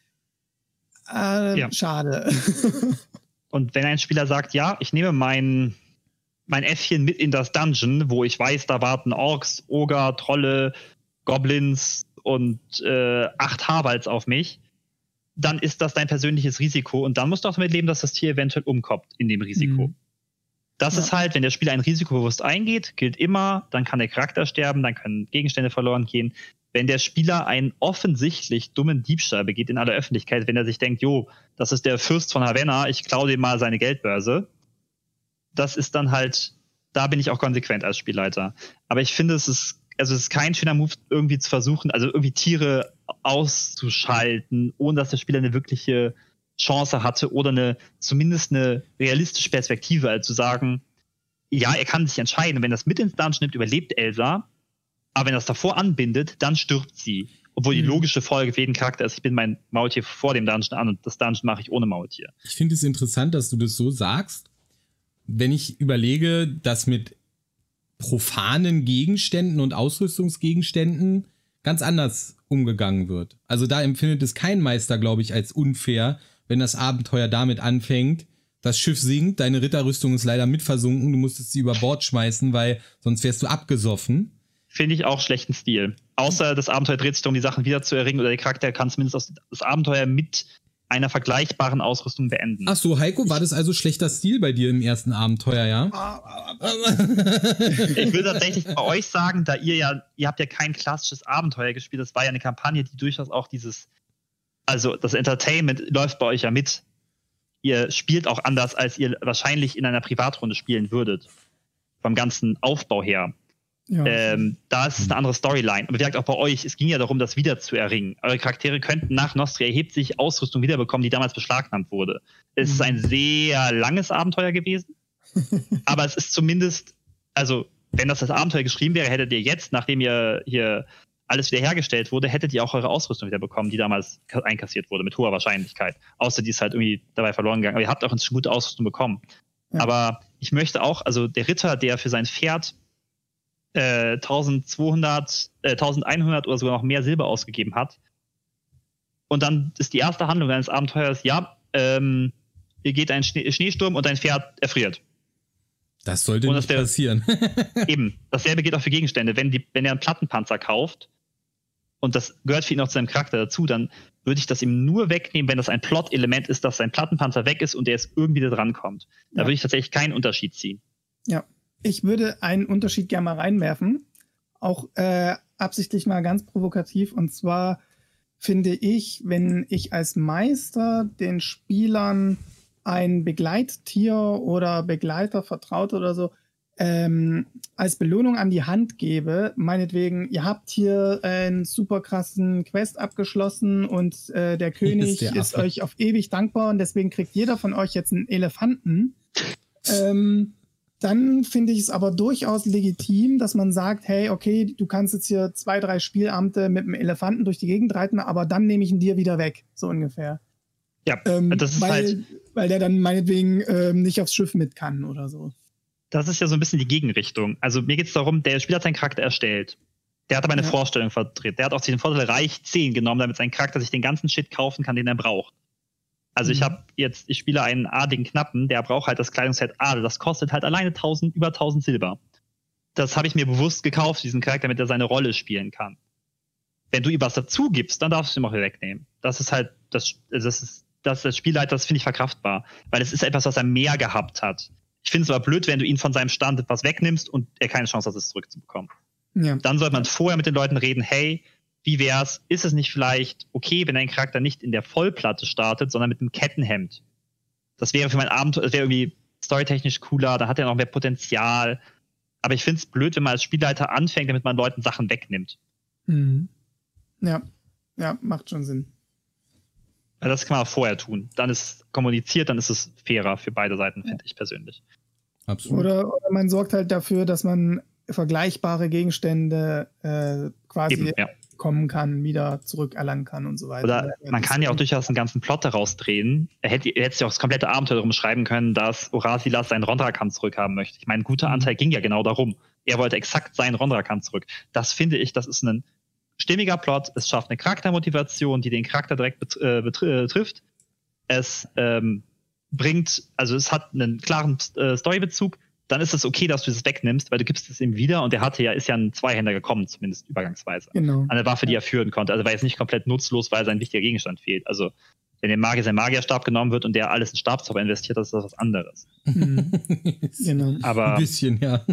schade.
Und wenn ein Spieler sagt, ja, ich nehme mein Äffchen mit in das Dungeon, wo ich weiß, da warten Orks, Oger, Trolle, Goblins und 8 Haarwalds auf mich, dann ist das dein persönliches Risiko und dann musst du auch damit leben, dass das Tier eventuell umkommt in dem Risiko. Mhm. Das ist halt, wenn der Spieler ein Risiko bewusst eingeht, gilt immer, dann kann der Charakter sterben, dann können Gegenstände verloren gehen. Wenn der Spieler einen offensichtlich dummen Diebstahl begeht in aller Öffentlichkeit, wenn er sich denkt, das ist der Fürst von Havanna, ich klaue dem mal seine Geldbörse, das ist dann halt, da bin ich auch konsequent als Spielleiter. Aber ich finde, es ist kein schöner Move, irgendwie zu versuchen, also irgendwie Tiere auszuschalten, ohne dass der Spieler eine wirkliche Chance hatte oder zumindest eine realistische Perspektive, also zu sagen, ja, er kann sich entscheiden, wenn er das mit ins Dungeon nimmt, überlebt Elsa, aber wenn er es davor anbindet, dann stirbt sie. Obwohl die logische Folge für jeden Charakter ist, ich bin mein Maultier vor dem Dungeon an und das Dungeon mache ich ohne Maultier.
Ich finde es interessant, dass du das so sagst. Wenn ich überlege, dass mit profanen Gegenständen und Ausrüstungsgegenständen ganz anders umgegangen wird. Also da empfindet es kein Meister, glaube ich, als unfair, wenn das Abenteuer damit anfängt, das Schiff sinkt, deine Ritterrüstung ist leider mit versunken, du musstest sie über Bord schmeißen, weil sonst wärst du abgesoffen.
Finde ich auch schlechten Stil. Außer das Abenteuer dreht sich darum, die Sachen wieder zu erringen oder der Charakter kann zumindest das Abenteuer mit einer vergleichbaren Ausrüstung beenden.
Ach so, Heiko, war das also schlechter Stil bei dir im ersten Abenteuer, ja?
Ich würde tatsächlich bei euch sagen, da ihr habt ja kein klassisches Abenteuer gespielt, das war ja eine Kampagne, die durchaus auch also das Entertainment läuft bei euch ja mit. Ihr spielt auch anders, als ihr wahrscheinlich in einer Privatrunde spielen würdet. Vom ganzen Aufbau her. Ja. Da ist es eine andere Storyline. Aber wie gesagt, auch bei euch, es ging ja darum, das wieder zu erringen. Eure Charaktere könnten nach Nostria erhebt sich Ausrüstung wiederbekommen, die damals beschlagnahmt wurde. Es ist ein sehr langes Abenteuer gewesen. Aber es ist zumindest, also wenn das Abenteuer geschrieben wäre, hättet ihr jetzt, nachdem ihr hier alles wiederhergestellt wurde, hättet ihr auch eure Ausrüstung wieder bekommen, die damals einkassiert wurde, mit hoher Wahrscheinlichkeit. Außer die ist halt irgendwie dabei verloren gegangen. Aber ihr habt auch eine gute Ausrüstung bekommen. Ja. Aber ich möchte auch, also der Ritter, der für sein Pferd 1200, 1100 oder sogar noch mehr Silber ausgegeben hat. Und dann ist die erste Handlung eines Abenteuers, ihr geht einen Schneesturm und dein Pferd erfriert.
Das sollte nicht passieren.
Eben. Dasselbe geht auch für Gegenstände. Wenn er einen Plattenpanzer kauft, und das gehört für ihn auch zu seinem Charakter dazu, dann würde ich das ihm nur wegnehmen, wenn das ein Plot-Element ist, dass sein Plattenpanzer weg ist und er jetzt irgendwie da drankommt. Da würde ich tatsächlich keinen Unterschied ziehen.
Ja. Ich würde einen Unterschied gerne mal reinwerfen, auch absichtlich mal ganz provokativ. Und zwar finde ich, wenn ich als Meister den Spielern ein Begleittier oder Begleiter vertraut oder so als Belohnung an die Hand gebe, meinetwegen, ihr habt hier einen super krassen Quest abgeschlossen und der König ist euch auf ewig dankbar und deswegen kriegt jeder von euch jetzt einen Elefanten. Dann finde ich es aber durchaus legitim, dass man sagt, hey, okay, du kannst jetzt hier 2-3 Spielabende mit einem Elefanten durch die Gegend reiten, aber dann nehme ich ihn dir wieder weg, so ungefähr.
Ja, das ist
weil der dann meinetwegen nicht aufs Schiff mit kann oder so.
Das ist ja so ein bisschen die Gegenrichtung. Also mir geht es darum, der Spieler hat seinen Charakter erstellt. Der hat aber eine Vorstellung vertreten. Der hat auch sich den Vorteil Reich 10 genommen, damit sein Charakter sich den ganzen Shit kaufen kann, den er braucht. Also ich spiele einen adligen Knappen, der braucht halt das Kleidungsset Adel. Das kostet halt alleine über 1000 Silber. Das habe ich mir bewusst gekauft, diesen Charakter, damit er seine Rolle spielen kann. Wenn du ihm was dazu gibst, dann darfst du ihn auch wieder wegnehmen. Das ist halt, das Spielleiter, das finde ich verkraftbar. Weil es ist etwas, was er mehr gehabt hat. Ich finde es aber blöd, wenn du ihn von seinem Stand etwas wegnimmst und er keine Chance hat, es zurückzubekommen. Ja. Dann sollte man vorher mit den Leuten reden, hey, wie wär's? Ist es nicht vielleicht okay, wenn dein Charakter nicht in der Vollplatte startet, sondern mit einem Kettenhemd? Das wäre für mein Abenteuer, das wäre irgendwie storytechnisch cooler, da hat er noch mehr Potenzial. Aber ich finde es blöd, wenn man als Spielleiter anfängt, damit man Leuten Sachen wegnimmt.
Mhm. Ja, macht schon Sinn.
Das kann man vorher tun. Dann ist kommuniziert, dann ist es fairer für beide Seiten, finde ich persönlich.
Absolut.
Oder man sorgt halt dafür, dass man vergleichbare Gegenstände quasi
Eben, ja.
kommen kann, wieder zurückerlangen kann und so weiter.
Oder man kann ja auch durchaus einen ganzen Plot daraus drehen. Er hätte ja auch das komplette Abenteuer darum schreiben können, dass Orasilas seinen Rondrakam zurückhaben möchte. Ich meine, ein guter Anteil ging ja genau darum. Er wollte exakt seinen Rondrakam zurück. Das finde ich, das ist ein stimmiger Plot. Es schafft eine Charaktermotivation, die den Charakter direkt betrifft. Es bringt, also es hat einen klaren Storybezug. Dann ist es okay, dass du es wegnimmst, weil du gibst es ihm wieder und er ist ja ein Zweihänder gekommen, zumindest übergangsweise.
Genau.
Eine Waffe, die er führen konnte. Also war jetzt nicht komplett nutzlos, weil sein wichtiger Gegenstand fehlt. Also wenn dem Magier sein Magierstab genommen wird und der alles in Stabzauber investiert, das ist das was anderes.
Genau.
Aber
ein bisschen, ja.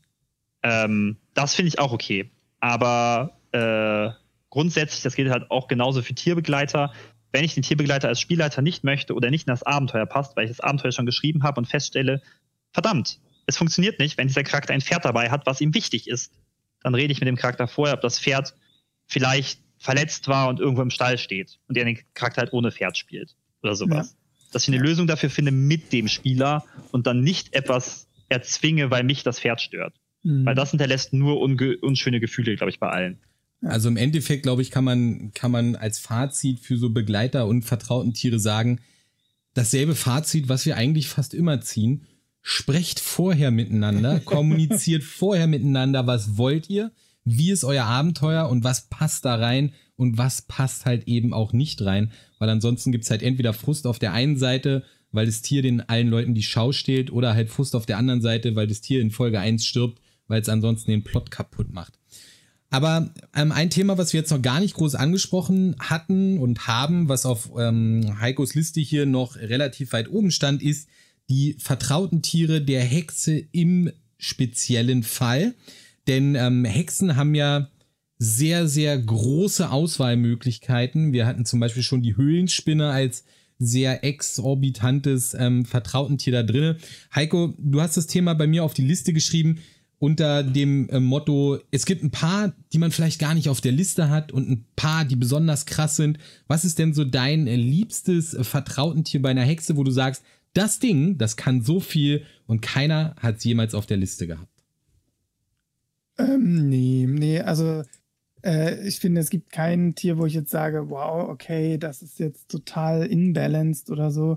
das finde ich auch okay. Aber grundsätzlich, das gilt halt auch genauso für Tierbegleiter. Wenn ich den Tierbegleiter als Spielleiter nicht möchte oder nicht in das Abenteuer passt, weil ich das Abenteuer schon geschrieben habe und feststelle, verdammt, es funktioniert nicht, wenn dieser Charakter ein Pferd dabei hat, was ihm wichtig ist. Dann rede ich mit dem Charakter vorher, ob das Pferd vielleicht verletzt war und irgendwo im Stall steht und der den Charakter halt ohne Pferd spielt oder sowas. Ja. Dass ich eine Lösung dafür finde mit dem Spieler und dann nicht etwas erzwinge, weil mich das Pferd stört. Weil das hinterlässt nur unschöne Gefühle, glaube ich, bei allen.
Also im Endeffekt, glaube ich, kann man als Fazit für so Begleiter und vertrauten Tiere sagen, dasselbe Fazit, was wir eigentlich fast immer ziehen: Sprecht vorher miteinander, kommuniziert vorher miteinander, was wollt ihr, wie ist euer Abenteuer und was passt da rein und was passt halt eben auch nicht rein, weil ansonsten gibt's halt entweder Frust auf der einen Seite, weil das Tier den allen Leuten die Schau stehlt, oder halt Frust auf der anderen Seite, weil das Tier in Folge 1 stirbt, weil es ansonsten den Plot kaputt macht. Aber ein Thema, was wir jetzt noch gar nicht groß angesprochen hatten und haben, was auf Heikos Liste hier noch relativ weit oben stand, ist die vertrauten Tiere der Hexe im speziellen Fall. Denn Hexen haben ja sehr, sehr große Auswahlmöglichkeiten. Wir hatten zum Beispiel schon die Höhlenspinne als sehr exorbitantes Vertrautentier da drin. Heiko, du hast das Thema bei mir auf die Liste geschrieben unter dem Motto, es gibt ein paar, die man vielleicht gar nicht auf der Liste hat und ein paar, die besonders krass sind. Was ist denn so dein liebstes Vertrautentier bei einer Hexe, wo du sagst, das Ding, das kann so viel und keiner hat es jemals auf der Liste gehabt?
Nee, also ich finde, es gibt kein Tier, wo ich jetzt sage, wow, okay, das ist jetzt total imbalanced oder so.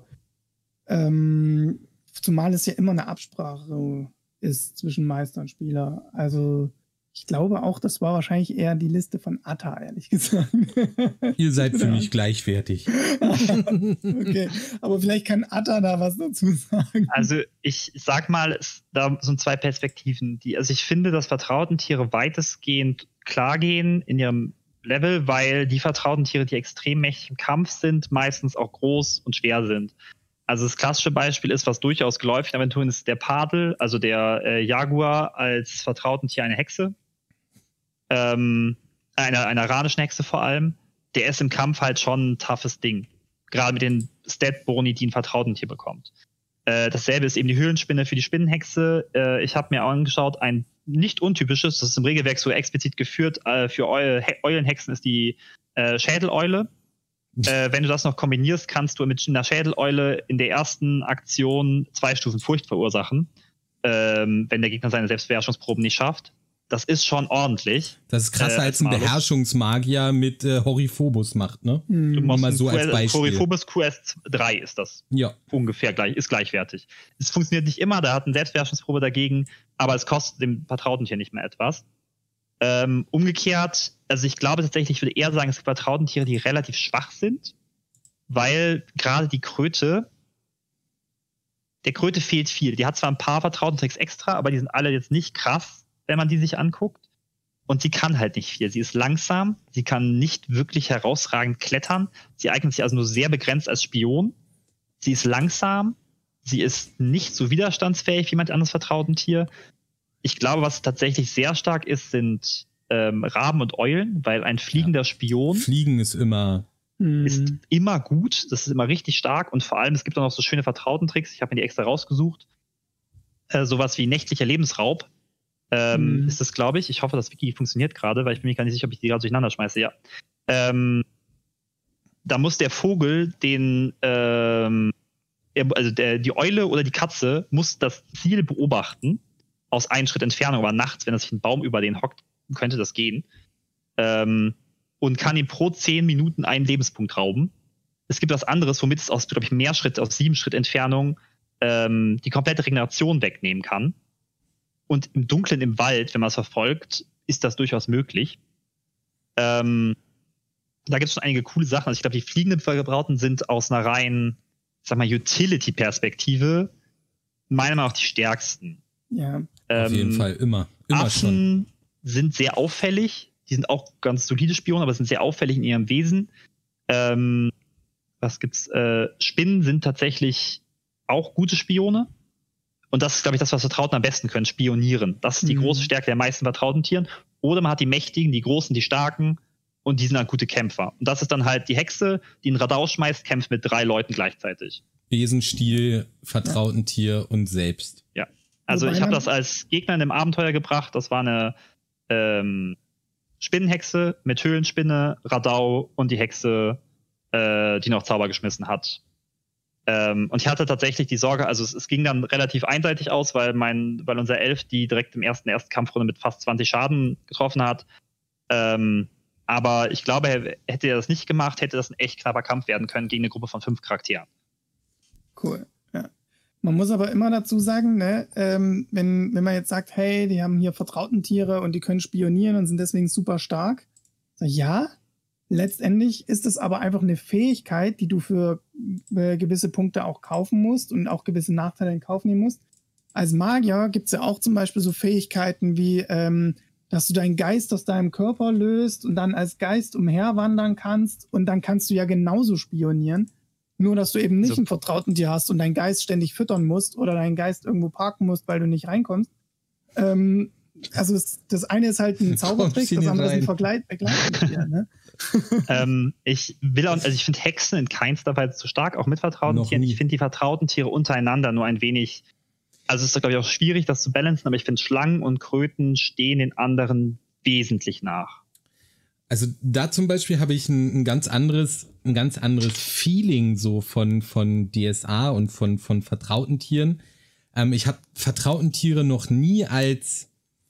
Zumal es ja immer eine Absprache ist zwischen Meister und Spieler. Also ich glaube auch, das war wahrscheinlich eher die Liste von Atta, ehrlich gesagt.
Ihr seid für mich gleichwertig.
Okay, aber vielleicht kann Atta da was dazu sagen.
Also ich sag mal, da sind zwei Perspektiven. Also ich finde, dass Vertrautentiere weitestgehend klar gehen in ihrem Level, weil die Vertrautentiere, die extrem mächtig im Kampf sind, meistens auch groß und schwer sind. Also das klassische Beispiel ist, was durchaus geläufig in Aventuren ist, der Padel, also der Jaguar als Vertrautentier, eine Hexe. Einer aranischen Hexe vor allem. Der ist im Kampf halt schon ein toughes Ding. Gerade mit den Stat-Boni, die ein Vertrautentier bekommt. Dasselbe ist eben die Höhlenspinne für die Spinnenhexe. Ich habe mir auch angeschaut, ein nicht untypisches, das ist im Regelwerk so explizit geführt, für Eulenhexen ist die Schädeleule. Wenn du das noch kombinierst, kannst du mit einer Schädeleule in der ersten Aktion 2 Stufen Furcht verursachen, wenn der Gegner seine Selbstbeherrschungsproben nicht schafft. Das ist schon ordentlich.
Das ist krasser als ein Beherrschungsmagier mit Horiphobos macht, ne?
Du musst
mal so als Beispiel.
Horiphobos QS3 ist das.
Ja.
Ungefähr gleichwertig. Es funktioniert nicht immer, da hat eine Selbstbeherrschungsprobe dagegen, aber es kostet dem Vertrautentier nicht mehr etwas. Umgekehrt, also ich glaube tatsächlich, ich würde eher sagen, es gibt Vertrautentiere, die relativ schwach sind, weil gerade der Kröte fehlt viel. Die hat zwar ein paar Vertrautentricks extra, aber die sind alle jetzt nicht krass, wenn man die sich anguckt. Und sie kann halt nicht viel. Sie ist langsam, sie kann nicht wirklich herausragend klettern. Sie eignet sich also nur sehr begrenzt als Spion. Sie ist langsam, sie ist nicht so widerstandsfähig wie manch anderes Vertrautentier. Ich glaube, was tatsächlich sehr stark ist, sind Raben und Eulen, weil ein fliegender Spion
Fliegen ist immer
gut, das ist immer richtig stark und vor allem, es gibt auch noch so schöne Vertrautentricks, ich habe mir die extra rausgesucht, sowas wie nächtlicher Lebensraub ist das, glaube ich. Ich hoffe, das Wiki funktioniert gerade, weil ich bin mir gar nicht sicher, ob ich die gerade durcheinander schmeiße, ja. da muss der Vogel die Eule oder die Katze muss das Ziel beobachten, aus einem Schritt Entfernung, aber nachts, wenn er sich ein Baum über den hockt, könnte das gehen. Und kann ihm pro 10 Minuten einen Lebenspunkt rauben. Es gibt was anderes, womit es aus, glaube ich, mehr Schritt, aus 7 Schritt Entfernung die komplette Regeneration wegnehmen kann. Und im Dunkeln im Wald, wenn man es verfolgt, ist das durchaus möglich. Da gibt es schon einige coole Sachen. Also ich glaube, die fliegenden Verbrauten sind aus einer reinen, sag mal, Utility-Perspektive meiner Meinung nach die stärksten.
Ja.
Auf jeden Fall, immer
Affen
schon.
sind sehr auffällig. Die sind auch ganz solide Spione, aber sind sehr auffällig in ihrem Wesen. Was gibt's? Spinnen sind tatsächlich auch gute Spione. Und das ist, glaube ich, das, was Vertrauten am besten können, spionieren. Das ist die große Stärke der meisten vertrauten Tieren. Oder man hat die Mächtigen, die Großen, die Starken und die sind dann gute Kämpfer. Und das ist dann halt die Hexe, die einen Radau schmeißt, kämpft mit 3 Leuten gleichzeitig.
Besenstiel, Vertrautentier und selbst.
Ja, also ich habe das als Gegner in einem Abenteuer gebracht. Das war eine Spinnenhexe mit Höhlenspinne, Radau und die Hexe, die noch Zauber geschmissen hat. Und ich hatte tatsächlich die Sorge, also es ging dann relativ einseitig aus, weil unser Elf die direkt im ersten Kampfrunde mit fast 20 Schaden getroffen hat. Aber ich glaube, hätte er das nicht gemacht, hätte das ein echt knapper Kampf werden können gegen eine Gruppe von 5 Charakteren.
Cool, ja. Man muss aber immer dazu sagen, ne, wenn man jetzt sagt, hey, die haben hier Vertrautentiere und die können spionieren und sind deswegen super stark. Ja, letztendlich ist es aber einfach eine Fähigkeit, die du für gewisse Punkte auch kaufen musst und auch gewisse Nachteile in Kauf nehmen musst. Als Magier gibt es ja auch zum Beispiel so Fähigkeiten wie, dass du deinen Geist aus deinem Körper löst und dann als Geist umherwandern kannst und dann kannst du ja genauso spionieren. Nur, dass du eben nicht einen Vertrautentier hast und deinen Geist ständig füttern musst oder deinen Geist irgendwo parken musst, weil du nicht reinkommst. Also das eine ist halt ein Zaubertrick, das andere ist ein Begleitentier, ne?
Ich finde Hexen in keinster Weise zu stark, auch mit Vertrautentieren. Ich finde die Vertrautentiere untereinander nur ein wenig, also es ist, glaube ich, auch schwierig, das zu balancen, aber ich finde Schlangen und Kröten stehen den anderen wesentlich nach.
Also da zum Beispiel habe ich ein ganz anderes Feeling so von DSA und von vertrauten Tieren. Ich habe Vertrautentiere noch nie als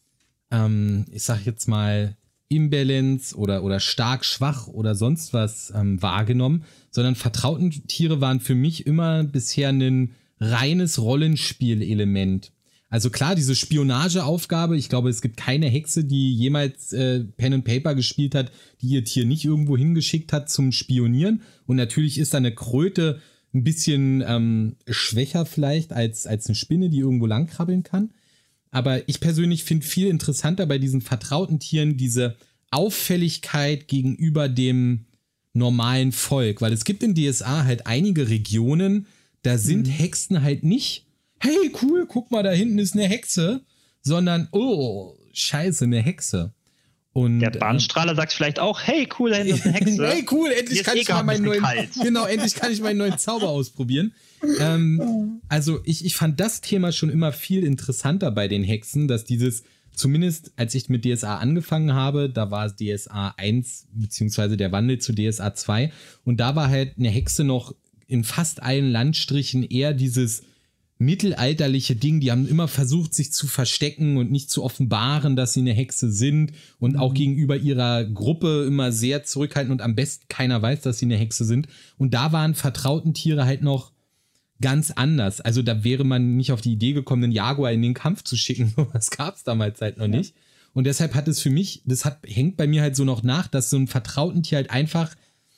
ich sag jetzt mal Imbalance oder stark schwach oder sonst was wahrgenommen, sondern Vertrautentiere waren für mich immer bisher ein reines Rollenspielelement. Also klar, diese Spionageaufgabe, ich glaube, es gibt keine Hexe, die jemals Pen and Paper gespielt hat, die ihr Tier nicht irgendwo hingeschickt hat zum Spionieren. Und natürlich ist da eine Kröte ein bisschen schwächer vielleicht als eine Spinne, die irgendwo langkrabbeln kann. Aber ich persönlich finde viel interessanter bei diesen vertrauten Tieren diese Auffälligkeit gegenüber dem normalen Volk. Weil es gibt in DSA halt einige Regionen, da sind Hexen halt nicht, hey, cool, guck mal, da hinten ist eine Hexe, sondern, oh, scheiße, eine Hexe. Und
der Bahnstrahler sagt vielleicht auch, hey, cool, da hinten ist eine Hexe.
Hey, cool, endlich kann ich mal endlich kann ich meinen neuen Zauber ausprobieren. Also ich fand das Thema schon immer viel interessanter bei den Hexen, dass dieses, zumindest als ich mit DSA angefangen habe, da war es DSA 1, beziehungsweise der Wandel zu DSA 2 und da war halt eine Hexe noch in fast allen Landstrichen eher dieses mittelalterliche Ding, die haben immer versucht, sich zu verstecken und nicht zu offenbaren, dass sie eine Hexe sind und auch gegenüber ihrer Gruppe immer sehr zurückhaltend und am besten keiner weiß, dass sie eine Hexe sind. Und da waren Vertrautentiere halt noch ganz anders. Also da wäre man nicht auf die Idee gekommen, einen Jaguar in den Kampf zu schicken. Das gab es damals halt noch nicht. Und deshalb hat es für mich, hängt bei mir halt so noch nach, dass so ein Vertrautentier halt einfach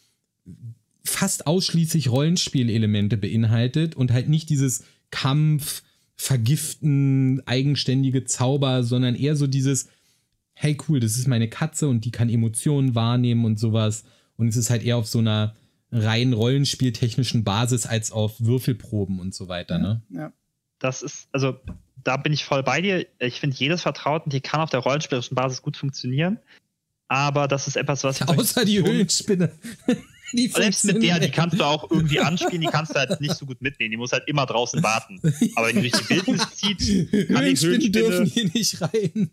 fast ausschließlich Rollenspielelemente beinhaltet und halt nicht dieses Kampf, Vergiften, eigenständige Zauber, sondern eher so dieses, hey cool, das ist meine Katze und die kann Emotionen wahrnehmen und sowas. Und es ist halt eher auf so einer rein rollenspieltechnischen Basis als auf Würfelproben und so weiter, ne?
Ja.
Das ist, also da bin ich voll bei dir. Ich finde, jedes Vertrautentier kann auf der rollenspielerischen Basis gut funktionieren. Aber das ist etwas, was...
Außer die Höhlenspinne.
Selbst mit der, die kannst du auch irgendwie anspielen, die kannst du halt nicht so gut mitnehmen. Die muss halt immer draußen warten. Aber wenn die durch die Wildnis zieht, kann die Höhlenspinne...
dürfen hier nicht rein.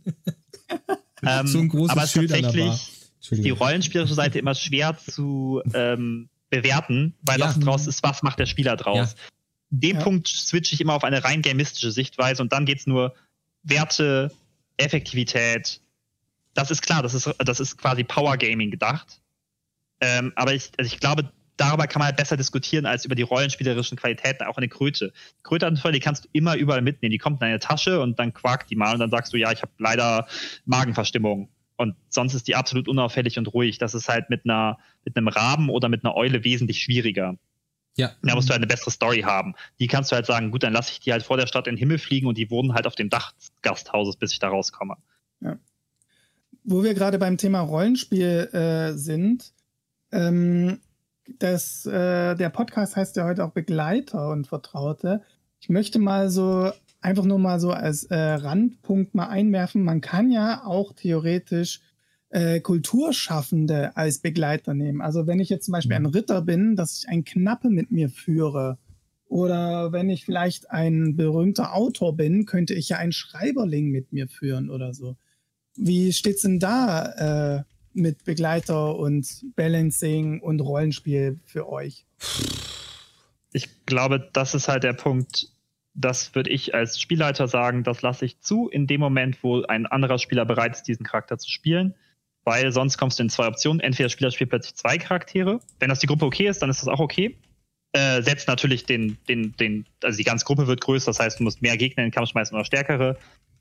So ein großes Schild an der Bar. Die rollenspielerische Seite immer schwer zu bewerten, weil das draus ist, was macht der Spieler draus.
Ja.
Dem Punkt switche ich immer auf eine rein gamistische Sichtweise und dann geht's nur Werte, Effektivität. Das ist klar, das ist quasi Power Gaming gedacht. Aber ich glaube, darüber kann man halt besser diskutieren als über die rollenspielerischen Qualitäten, auch eine Kröte. Die Kröte hat einen Vorteil, die kannst du immer überall mitnehmen. Die kommt in deine Tasche und dann quakt die mal und dann sagst du, ja, ich habe leider Magenverstimmung. Und sonst ist die absolut unauffällig und ruhig. Das ist halt mit einem Raben oder mit einer Eule wesentlich schwieriger.
Ja.
Da musst du halt eine bessere Story haben. Die kannst du halt sagen, gut, dann lasse ich die halt vor der Stadt in den Himmel fliegen und die wohnen halt auf dem Dach des Gasthauses, bis ich da rauskomme.
Ja. Wo wir gerade beim Thema Rollenspiel sind, der Podcast heißt ja heute auch Begleiter und Vertraute. Ich möchte mal so einfach nur mal so als Randpunkt mal einwerfen, man kann ja auch theoretisch Kulturschaffende als Begleiter nehmen. Also wenn ich jetzt zum Beispiel ein Ritter bin, dass ich einen Knappe mit mir führe, oder wenn ich vielleicht ein berühmter Autor bin, könnte ich ja einen Schreiberling mit mir führen oder so. Wie steht's denn da mit Begleiter und Balancing und Rollenspiel für euch?
Ich glaube, das ist halt der Punkt, das würde ich als Spielleiter sagen, das lasse ich zu in dem Moment, wo ein anderer Spieler bereit ist, diesen Charakter zu spielen. Weil sonst kommst du in zwei Optionen. Entweder der Spieler spielt plötzlich zwei Charaktere. Wenn das die Gruppe okay ist, dann ist das auch okay. Setzt natürlich also die ganze Gruppe wird größer, das heißt, du musst mehr Gegner in den Kampf schmeißen oder stärkere.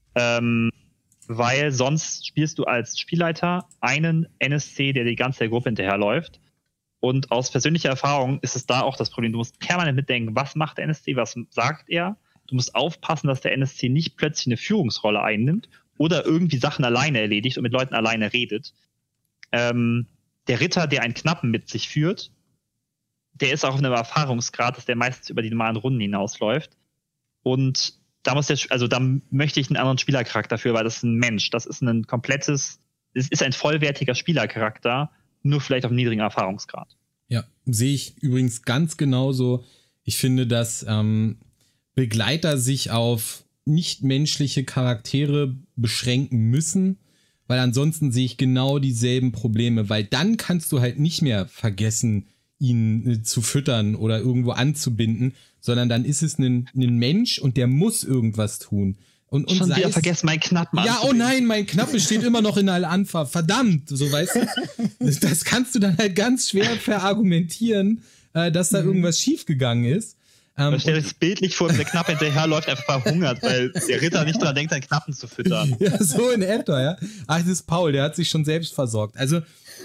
Weil sonst spielst du als Spielleiter einen NSC, der die ganze Gruppe hinterherläuft. Und aus persönlicher Erfahrung ist es da auch das Problem. Du musst permanent mitdenken, was macht der NSC, was sagt er. Du musst aufpassen, dass der NSC nicht plötzlich eine Führungsrolle einnimmt oder irgendwie Sachen alleine erledigt und mit Leuten alleine redet. Der Ritter, der einen Knappen mit sich führt, der ist auch auf einem Erfahrungsgrad, dass der meistens über die normalen Runden hinausläuft. Und da möchte ich einen anderen Spielercharakter für, weil das ist ein Mensch. Das ist es ist ein vollwertiger Spielercharakter, nur vielleicht auf einem niedrigen Erfahrungsgrad.
Ja, sehe ich übrigens ganz genauso. Ich finde, dass Begleiter sich auf nichtmenschliche Charaktere beschränken müssen, weil ansonsten sehe ich genau dieselben Probleme, weil dann kannst du halt nicht mehr vergessen, ihn zu füttern oder irgendwo anzubinden, sondern dann ist es ein Mensch und der muss irgendwas tun. Und
schon wieder vergessen, meinen Knappen
anzubinden. Ja, oh nein, mein Knappe steht immer noch in Al-Anfa. Verdammt, so weißt du. Das kannst du dann halt ganz schwer verargumentieren, dass da irgendwas schiefgegangen ist.
Stell dir das bildlich vor, wenn der Knappe hinterherläuft, einfach verhungert, weil der Ritter nicht dran denkt, seinen Knappen zu füttern.
Ja, so in etwa, ja. Ach, das ist Paul, der hat sich schon selbst versorgt. Also,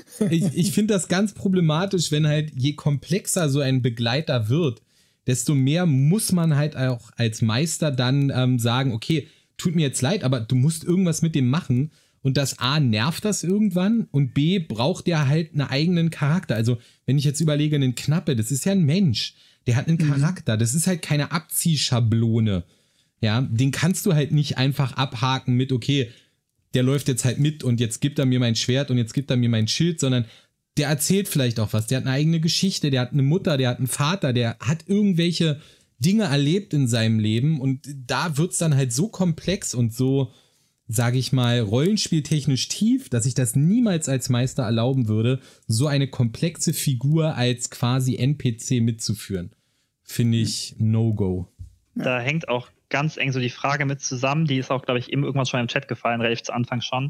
ich finde das ganz problematisch, wenn halt je komplexer so ein Begleiter wird, desto mehr muss man halt auch als Meister dann sagen, okay, tut mir jetzt leid, aber du musst irgendwas mit dem machen. Und das A, nervt das irgendwann und B, braucht der halt einen eigenen Charakter. Also, wenn ich jetzt überlege, einen Knappe, das ist ja ein Mensch. Der hat einen Charakter. Das ist halt keine Abziehschablone. Ja, den kannst du halt nicht einfach abhaken mit, okay, der läuft jetzt halt mit und jetzt gibt er mir mein Schwert und jetzt gibt er mir mein Schild, sondern der erzählt vielleicht auch was. Der hat eine eigene Geschichte, der hat eine Mutter, der hat einen Vater, der hat irgendwelche Dinge erlebt in seinem Leben und da wird's dann halt so komplex und so, sage ich mal, rollenspieltechnisch tief, dass ich das niemals als Meister erlauben würde, so eine komplexe Figur als quasi NPC mitzuführen. Finde ich No-Go.
Da hängt auch ganz eng so die Frage mit zusammen, die ist auch, glaube ich, irgendwann schon im Chat gefallen, relativ zu Anfang schon.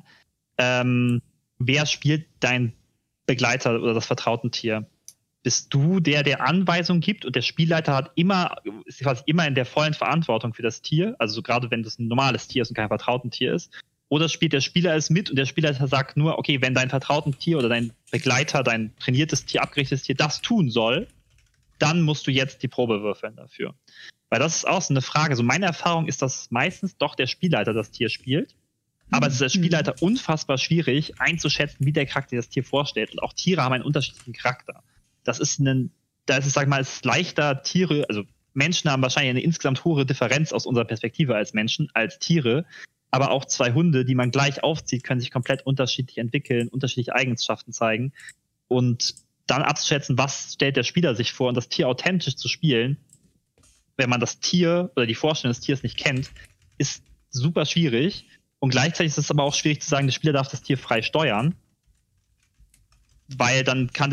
Wer spielt dein Begleiter oder das Vertrautentier? Bist du der Anweisung gibt und der Spielleiter ist quasi immer in der vollen Verantwortung für das Tier, also so gerade wenn das ein normales Tier ist und kein Vertrautentier ist, oder spielt der Spieler es mit und der Spielleiter sagt nur, okay, wenn dein Vertrautentier oder dein Begleiter, dein trainiertes Tier, abgerichtetes Tier das tun soll, dann musst du jetzt die Probe würfeln dafür. Weil das ist auch so eine Frage. So meine Erfahrung ist, dass meistens doch der Spielleiter das Tier spielt. Aber es ist als Spielleiter unfassbar schwierig einzuschätzen, wie der Charakter das Tier vorstellt. Und auch Tiere haben einen unterschiedlichen Charakter. Da ist es, sag ich mal, es ist leichter, Tiere, also Menschen haben wahrscheinlich eine insgesamt hohe Differenz aus unserer Perspektive als Menschen, als Tiere. Aber auch zwei Hunde, die man gleich aufzieht, können sich komplett unterschiedlich entwickeln, unterschiedliche Eigenschaften zeigen. Und dann abzuschätzen, was stellt der Spieler sich vor und das Tier authentisch zu spielen, wenn man das Tier oder die Vorstellung des Tiers nicht kennt, ist super schwierig. Und gleichzeitig ist es aber auch schwierig zu sagen, der Spieler darf das Tier frei steuern, weil dann kann das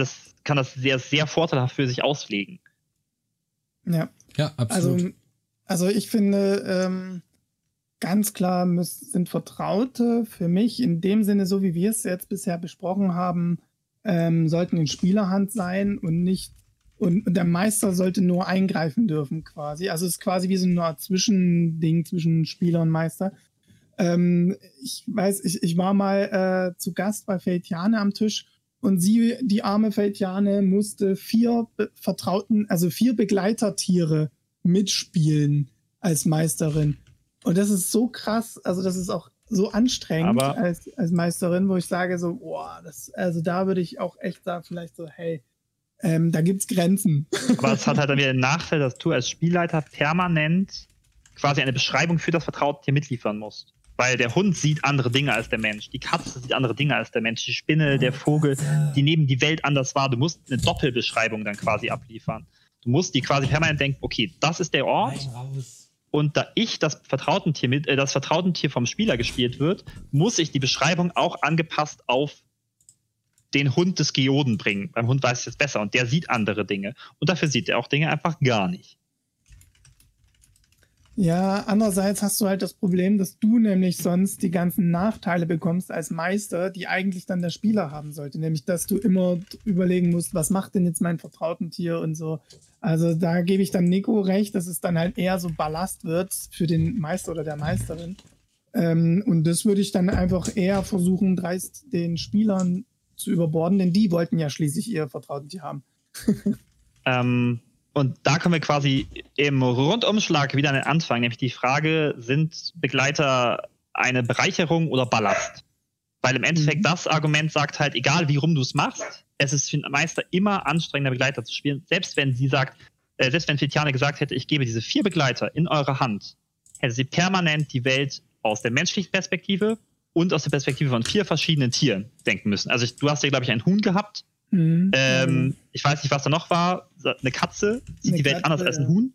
kann das sehr, sehr vorteilhaft für sich auslegen.
Ja,
absolut.
Also ich finde, ganz klar sind Vertraute für mich in dem Sinne, so wie wir es jetzt bisher besprochen haben, sollten in Spielerhand sein und nicht, und der Meister sollte nur eingreifen dürfen quasi. Also es ist quasi wie so eine Art Zwischending zwischen Spieler und Meister. Ich weiß, ich war mal zu Gast bei Feitiane am Tisch und die arme Feitiane, musste 4 Begleitertiere mitspielen als Meisterin. Und das ist so krass, also das ist auch so anstrengend als Meisterin, wo ich sage so, boah, also da würde ich auch echt sagen, vielleicht so, hey, da gibt's Grenzen.
Aber es hat halt dann wieder den Nachteil, dass du als Spielleiter permanent quasi eine Beschreibung für das vertraute Tier mitliefern musst. Weil der Hund sieht andere Dinge als der Mensch, die Katze sieht andere Dinge als der Mensch, die Spinne, der Vogel, die nehmen die Welt anders wahr. Du musst eine Doppelbeschreibung dann quasi abliefern. Du musst die quasi permanent denken, okay, das ist der Ort. Und da das Vertrautentier vom Spieler gespielt wird, muss ich die Beschreibung auch angepasst auf den Hund des Geoden bringen. Beim Hund weiß ich es besser und der sieht andere Dinge. Und dafür sieht er auch Dinge einfach gar nicht.
Ja, andererseits hast du halt das Problem, dass du nämlich sonst die ganzen Nachteile bekommst als Meister, die eigentlich dann der Spieler haben sollte. Nämlich, dass du immer überlegen musst, was macht denn jetzt mein Vertrautentier und so. Also da gebe ich dann Nico recht, dass es dann halt eher so Ballast wird für den Meister oder der Meisterin. Und das würde ich dann einfach eher versuchen, dreist den Spielern zu überborden, denn die wollten ja schließlich ihr Vertrautentier haben.
Und da kommen wir quasi im Rundumschlag wieder an den Anfang, nämlich die Frage, sind Begleiter eine Bereicherung oder Ballast? Weil im Endeffekt das Argument sagt halt, egal wie rum du es machst, es ist für den Meister immer anstrengender, Begleiter zu spielen. Selbst wenn Feitiane gesagt hätte, ich gebe diese 4 Begleiter in eure Hand, hätte sie permanent die Welt aus der menschlichen Perspektive und aus der Perspektive von 4 verschiedenen Tieren denken müssen. Also du hast ja, glaube ich, ein Huhn gehabt. Ich weiß nicht, was da noch war. Eine Katze sieht die Welt anders als ein Huhn.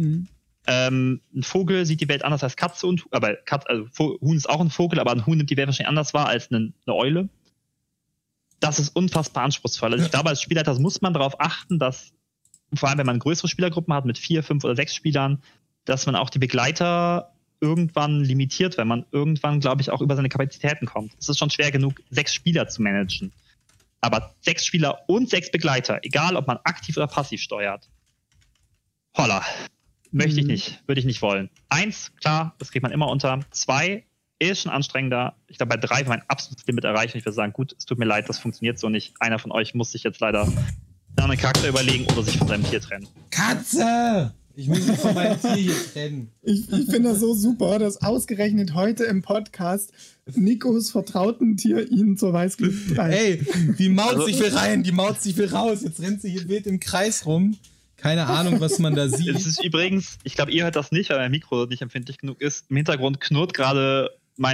Ein Vogel sieht die Welt anders als Katze und Huhn ist auch ein Vogel, aber ein Huhn nimmt die Welt wahrscheinlich anders wahr als eine Eule. Das ist unfassbar anspruchsvoll. Also ich glaube, als Spielleiter muss man darauf achten, dass, vor allem wenn man größere Spielergruppen hat mit 4, 5 oder 6 Spielern, dass man auch die Begleiter irgendwann limitiert, weil man irgendwann, glaube ich, auch über seine Kapazitäten kommt. Es ist schon schwer genug, 6 Spieler zu managen. Aber 6 Spieler und 6 Begleiter, egal ob man aktiv oder passiv steuert. Holla. Möchte ich nicht, würde ich nicht wollen. 1, klar, das kriegt man immer unter. 2 ist schon anstrengender. Ich glaube, bei 3 war mein absolutes Limit erreicht. Und ich würde sagen, gut, es tut mir leid, das funktioniert so nicht. Einer von euch muss sich jetzt leider einen Charakter überlegen oder sich von seinem Tier trennen.
Katze! Ich muss mich von meinem Tier hier trennen.
Ich finde das so super, dass ausgerechnet heute im Podcast Nikos Vertrautentier ihn zur Weißglut treibt.
Ey, die Maut sich will rein, die Maut sich will raus. Jetzt rennt sie hier wild im Kreis rum. Keine Ahnung, was man da sieht.
Es ist übrigens, ich glaube, ihr hört das nicht, weil mein Mikro nicht empfindlich genug ist. Im Hintergrund knurrt gerade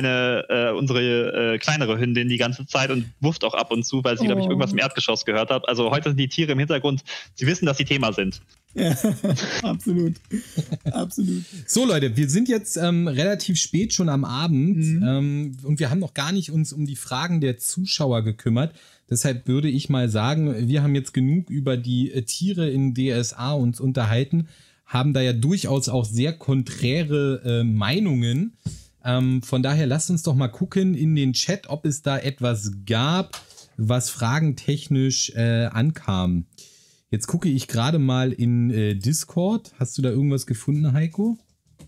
unsere kleinere Hündin die ganze Zeit und wufft auch ab und zu, weil sie, glaube ich, irgendwas im Erdgeschoss gehört hat. Also heute sind die Tiere im Hintergrund, sie wissen, dass sie Thema sind.
Ja, absolut. Absolut.
So, Leute, wir sind jetzt relativ spät schon am Abend und wir haben noch gar nicht uns um die Fragen der Zuschauer gekümmert. Deshalb würde ich mal sagen, wir haben jetzt genug über die Tiere in DSA uns unterhalten, haben da ja durchaus auch sehr konträre Meinungen. Von daher lasst uns doch mal gucken in den Chat, ob es da etwas gab, was fragentechnisch ankam. Jetzt gucke ich gerade mal in Discord. Hast du da irgendwas gefunden, Heiko?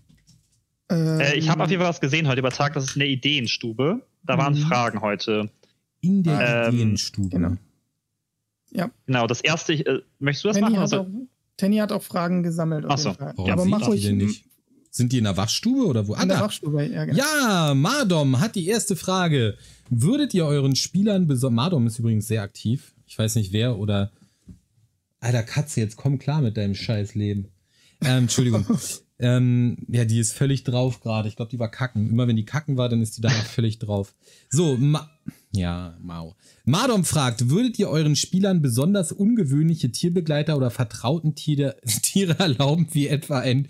Ich habe auf jeden Fall was gesehen heute über Tag. Das ist in der Ideenstube. Da waren Fragen heute.
In der Ideenstube.
Genau. Ja.
Genau, das erste. Möchtest du das machen?
Tenny hat auch Fragen gesammelt.
Achso.
Aber mach ruhig.
Nicht. Sind die in der Wachstube oder wo?
In der Wachstube, ja, genau.
Ja, Mardom hat die erste Frage. Würdet ihr euren Spielern Mardom ist übrigens sehr aktiv. Ich weiß nicht wer oder. Alter, Katze, jetzt komm klar mit deinem Scheißleben. Entschuldigung. Ja, die ist völlig drauf gerade. Ich glaube, die war kacken. Immer wenn die kacken war, dann ist die da völlig drauf. So, Mau. Mardom fragt, würdet ihr euren Spielern besonders ungewöhnliche Tierbegleiter oder vertrauten Tiere erlauben, wie etwa ein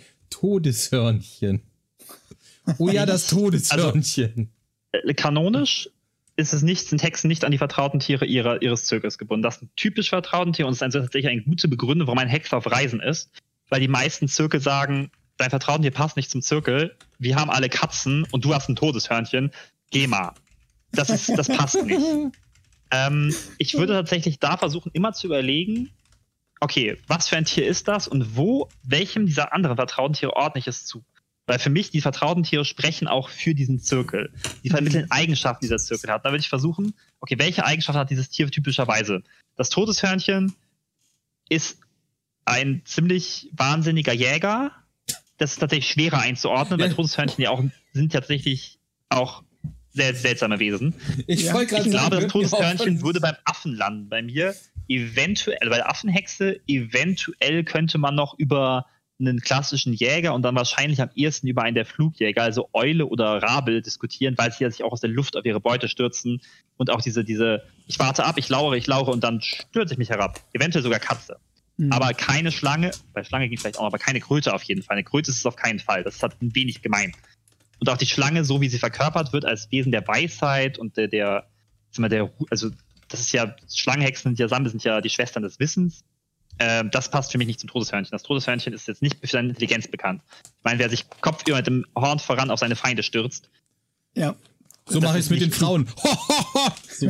Todeshörnchen? Oh ja, das Todeshörnchen.
Also, kanonisch sind Hexen nicht an die vertrauten Tiere ihres Zirkels gebunden. Das sind typisch vertrauten Tiere und es ist tatsächlich eine gute Begründung, warum ein Hexer auf Reisen ist. Weil die meisten Zirkel sagen, dein vertrauten Tier passt nicht zum Zirkel, wir haben alle Katzen und du hast ein Todeshörnchen, geh mal. Das passt nicht. Ich würde tatsächlich da versuchen, immer zu überlegen, okay, was für ein Tier ist das und welchem dieser anderen vertrauten Tiere ordne ich es zu? Weil für mich, die vertrauten Tiere sprechen auch für diesen Zirkel. Die vermitteln Eigenschaften, die dieser Zirkel hat. Da würde ich versuchen, okay, welche Eigenschaften hat dieses Tier typischerweise? Das Todeshörnchen ist ein ziemlich wahnsinniger Jäger. Das ist tatsächlich schwerer einzuordnen, weil Todeshörnchen sind tatsächlich auch sehr seltsame Wesen. Ich glaube, das Todeshörnchen würde beim Affen landen. Bei mir eventuell, bei der Affenhexe, eventuell könnte man noch über einen klassischen Jäger und dann wahrscheinlich am ehesten über einen der Flugjäger, also Eule oder Rabel, diskutieren, weil sie ja sich auch aus der Luft auf ihre Beute stürzen und auch diese ich warte ab, ich lauere und dann stürze ich mich herab. Eventuell sogar Katze. Aber keine Schlange, bei Schlange ging vielleicht auch noch, aber keine Kröte auf jeden Fall. Eine Kröte ist es auf keinen Fall. Das hat ein wenig gemein. Und auch die Schlange, so wie sie verkörpert wird, als Wesen der Weisheit und also das ist ja, Schlangenhexen sind ja die Schwestern des Wissens. Das passt für mich nicht zum Todeshörnchen. Das Todeshörnchen ist jetzt nicht für seine Intelligenz bekannt. Ich meine, wer sich kopfüber mit dem Horn voran auf seine Feinde stürzt.
Ja.
So mache ich es mit den Frauen. So.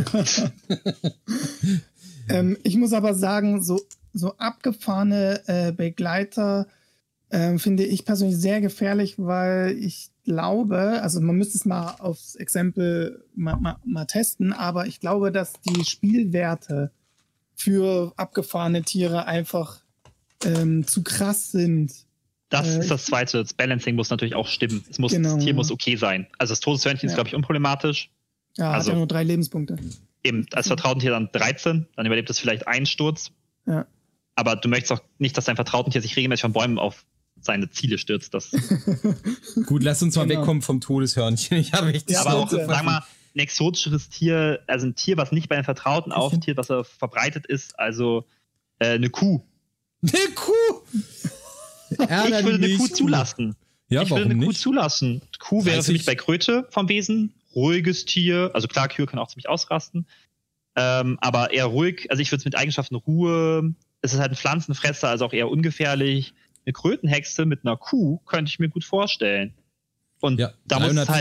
Ich muss aber sagen, so abgefahrene Begleiter finde ich persönlich sehr gefährlich, weil ich glaube, also man müsste es mal aufs Exempel mal testen, aber ich glaube, dass die Spielwerte für abgefahrene Tiere einfach zu krass sind.
Das ist das Zweite. Das Balancing muss natürlich auch stimmen. Das Tier muss okay sein. Also das Todeshörnchen ist, glaube ich, unproblematisch.
Ja, hat ja nur 3 Lebenspunkte.
Eben, als Vertrautentier dann 13, dann überlebt es vielleicht einen Sturz.
Ja.
Aber du möchtest auch nicht, dass dein Vertrautentier sich regelmäßig von Bäumen auf seine Ziele stürzt.
Gut, lass uns mal wegkommen vom Todeshörnchen. Ich habe echt
aber auch, sag mal, ein exotischeres Tier, also ein Tier, was nicht bei den Vertrauten auftritt, was verbreitet ist, also eine Kuh.
Eine Kuh!
Ich würde eine Kuh zulassen.
Ja,
ich
würde
eine Kuh zulassen. Kuh wäre für mich bei Kröte vom Wesen. Ruhiges Tier. Also klar, Kühe können auch ziemlich ausrasten. Aber eher ruhig. Also ich würde es mit Eigenschaften Ruhe. Es ist halt ein Pflanzenfresser, also auch eher ungefährlich. Eine Krötenhexe mit einer Kuh könnte ich mir gut vorstellen. Und
ja,
da muss man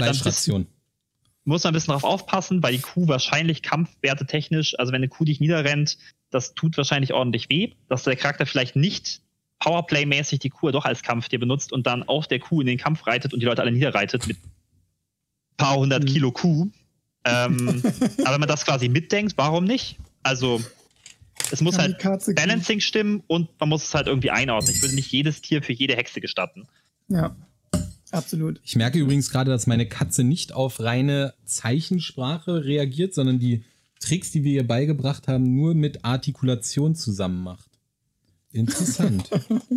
ein bisschen drauf aufpassen, weil die Kuh wahrscheinlich Kampfwerte technisch, also wenn eine Kuh dich niederrennt, das tut wahrscheinlich ordentlich weh, dass der Charakter vielleicht nicht Powerplay-mäßig die Kuh doch als Kampftier benutzt und dann auf der Kuh in den Kampf reitet und die Leute alle niederreitet mit ein paar 100 Kilo Kuh. Aber wenn man das quasi mitdenkt, warum nicht? Also es muss halt Balancing stimmen und man muss es halt irgendwie einordnen. Ich würde nicht jedes Tier für jede Hexe gestatten.
Ja, absolut.
Ich merke übrigens gerade, dass meine Katze nicht auf reine Zeichensprache reagiert, sondern die Tricks, die wir ihr beigebracht haben, nur mit Artikulation zusammen macht. Interessant.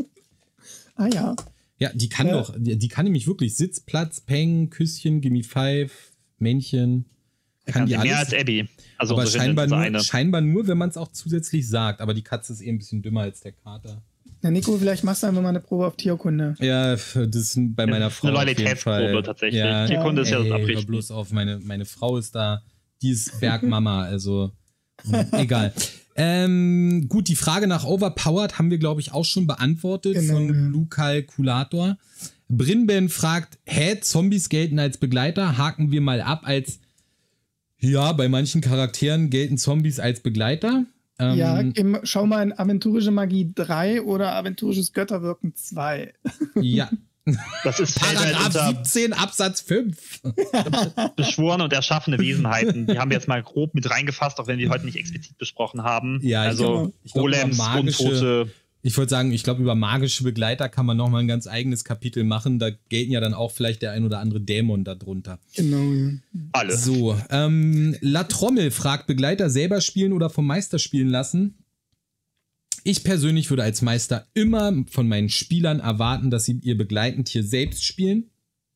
Ah ja.
Ja, die kann nämlich wirklich Sitz, Platz, Peng, Küsschen, Gimme Five, Männchen.
Kann die mehr als Abby. Also
aber scheinbar nur, wenn man es auch zusätzlich sagt. Aber die Katze ist ein bisschen dümmer als der Kater.
Na Nico, vielleicht machst du einfach mal eine Probe auf Tierkunde.
Ja, das ist bei meiner Frau
eine Loyalitätsprobe tatsächlich.
Ja,
Tierkunde ist ja das Abrichten.
Hör bloß auf, meine Frau ist da, die ist Bergmama, also egal. Gut, die Frage nach Overpowered haben wir, glaube ich, auch schon beantwortet von Lukalkulator. Brinben fragt, Zombies gelten als Begleiter? Haken wir mal ab als, ja, bei manchen Charakteren gelten Zombies als Begleiter.
Schau mal in Aventurische Magie 3 oder Aventurisches Götterwirken 2.
Ja.
Das ist
Paragraph 17 Absatz 5.
Beschworene und erschaffene Wesenheiten. Die haben wir jetzt mal grob mit reingefasst, auch wenn wir heute nicht explizit besprochen haben.
Ja,
also Golems, Untote.
Ich würde sagen, ich glaube, über magische Begleiter kann man nochmal ein ganz eigenes Kapitel machen. Da gelten ja dann auch vielleicht der ein oder andere Dämon darunter.
Genau, ja.
Alle.
So, La Trommel fragt, Begleiter selber spielen oder vom Meister spielen lassen? Ich persönlich würde als Meister immer von meinen Spielern erwarten, dass sie ihr Begleitentier selbst spielen.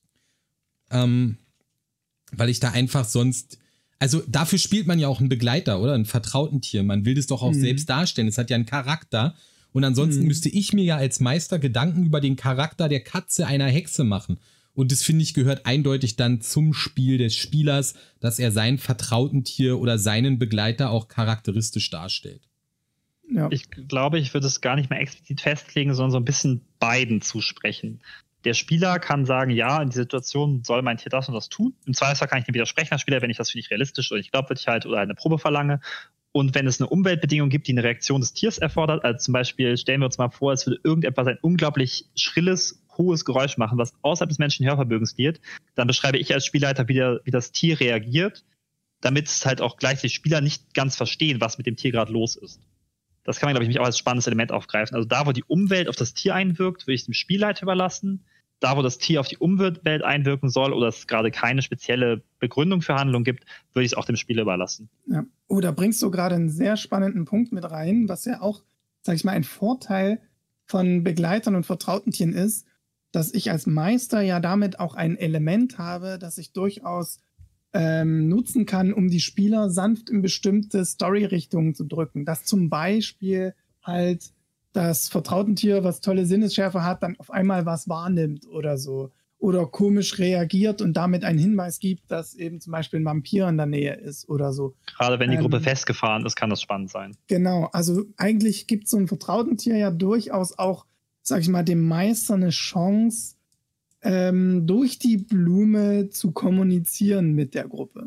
Weil ich da einfach sonst... Also dafür spielt man ja auch einen Begleiter, oder? Ein vertrauten Tier. Man will das doch auch selbst darstellen. Es hat ja einen Charakter. Und ansonsten müsste ich mir ja als Meister Gedanken über den Charakter der Katze einer Hexe machen. Und das, finde ich, gehört eindeutig dann zum Spiel des Spielers, dass er sein vertrauten Tier oder seinen Begleiter auch charakteristisch darstellt.
Ja.
Ich glaube, ich würde es gar nicht mehr explizit festlegen, sondern so ein bisschen beiden zusprechen. Der Spieler kann sagen, ja, in dieser Situation soll mein Tier das und das tun. Im Zweifelsfall kann ich dem widersprechen als Spieler, wenn ich das für nicht realistisch oder nicht glaubwürdig halte oder eine Probe verlange. Und wenn es eine Umweltbedingung gibt, die eine Reaktion des Tiers erfordert, also zum Beispiel stellen wir uns mal vor, es würde irgendetwas ein unglaublich schrilles, hohes Geräusch machen, was außerhalb des menschlichen Hörvermögens liegt, dann beschreibe ich als Spielleiter, wie das Tier reagiert, damit es halt auch gleichzeitig Spieler nicht ganz verstehen, was mit dem Tier gerade los ist. Das kann man, glaube ich, mich auch als spannendes Element aufgreifen. Also da, wo die Umwelt auf das Tier einwirkt, würde ich es dem Spielleiter überlassen. Da, wo das Tier auf die Umwelt einwirken soll oder es gerade keine spezielle Begründung für Handlung gibt, würde ich es auch dem Spieler überlassen.
Ja. Oh, da bringst du gerade einen sehr spannenden Punkt mit rein, was ja auch, sag ich mal, ein Vorteil von Begleitern und vertrauten Tieren ist, dass ich als Meister ja damit auch ein Element habe, das ich durchaus nutzen kann, um die Spieler sanft in bestimmte Story-Richtungen zu drücken. Dass zum Beispiel halt das Vertrautentier, was tolle Sinnesschärfe hat, dann auf einmal was wahrnimmt oder so. Oder komisch reagiert und damit einen Hinweis gibt, dass eben zum Beispiel ein Vampir in der Nähe ist oder so.
Gerade wenn die Gruppe festgefahren ist, kann das spannend sein.
Genau, also eigentlich gibt so ein Vertrautentier ja durchaus auch, sag ich mal, dem Meister eine Chance, durch die Blume zu kommunizieren mit der Gruppe.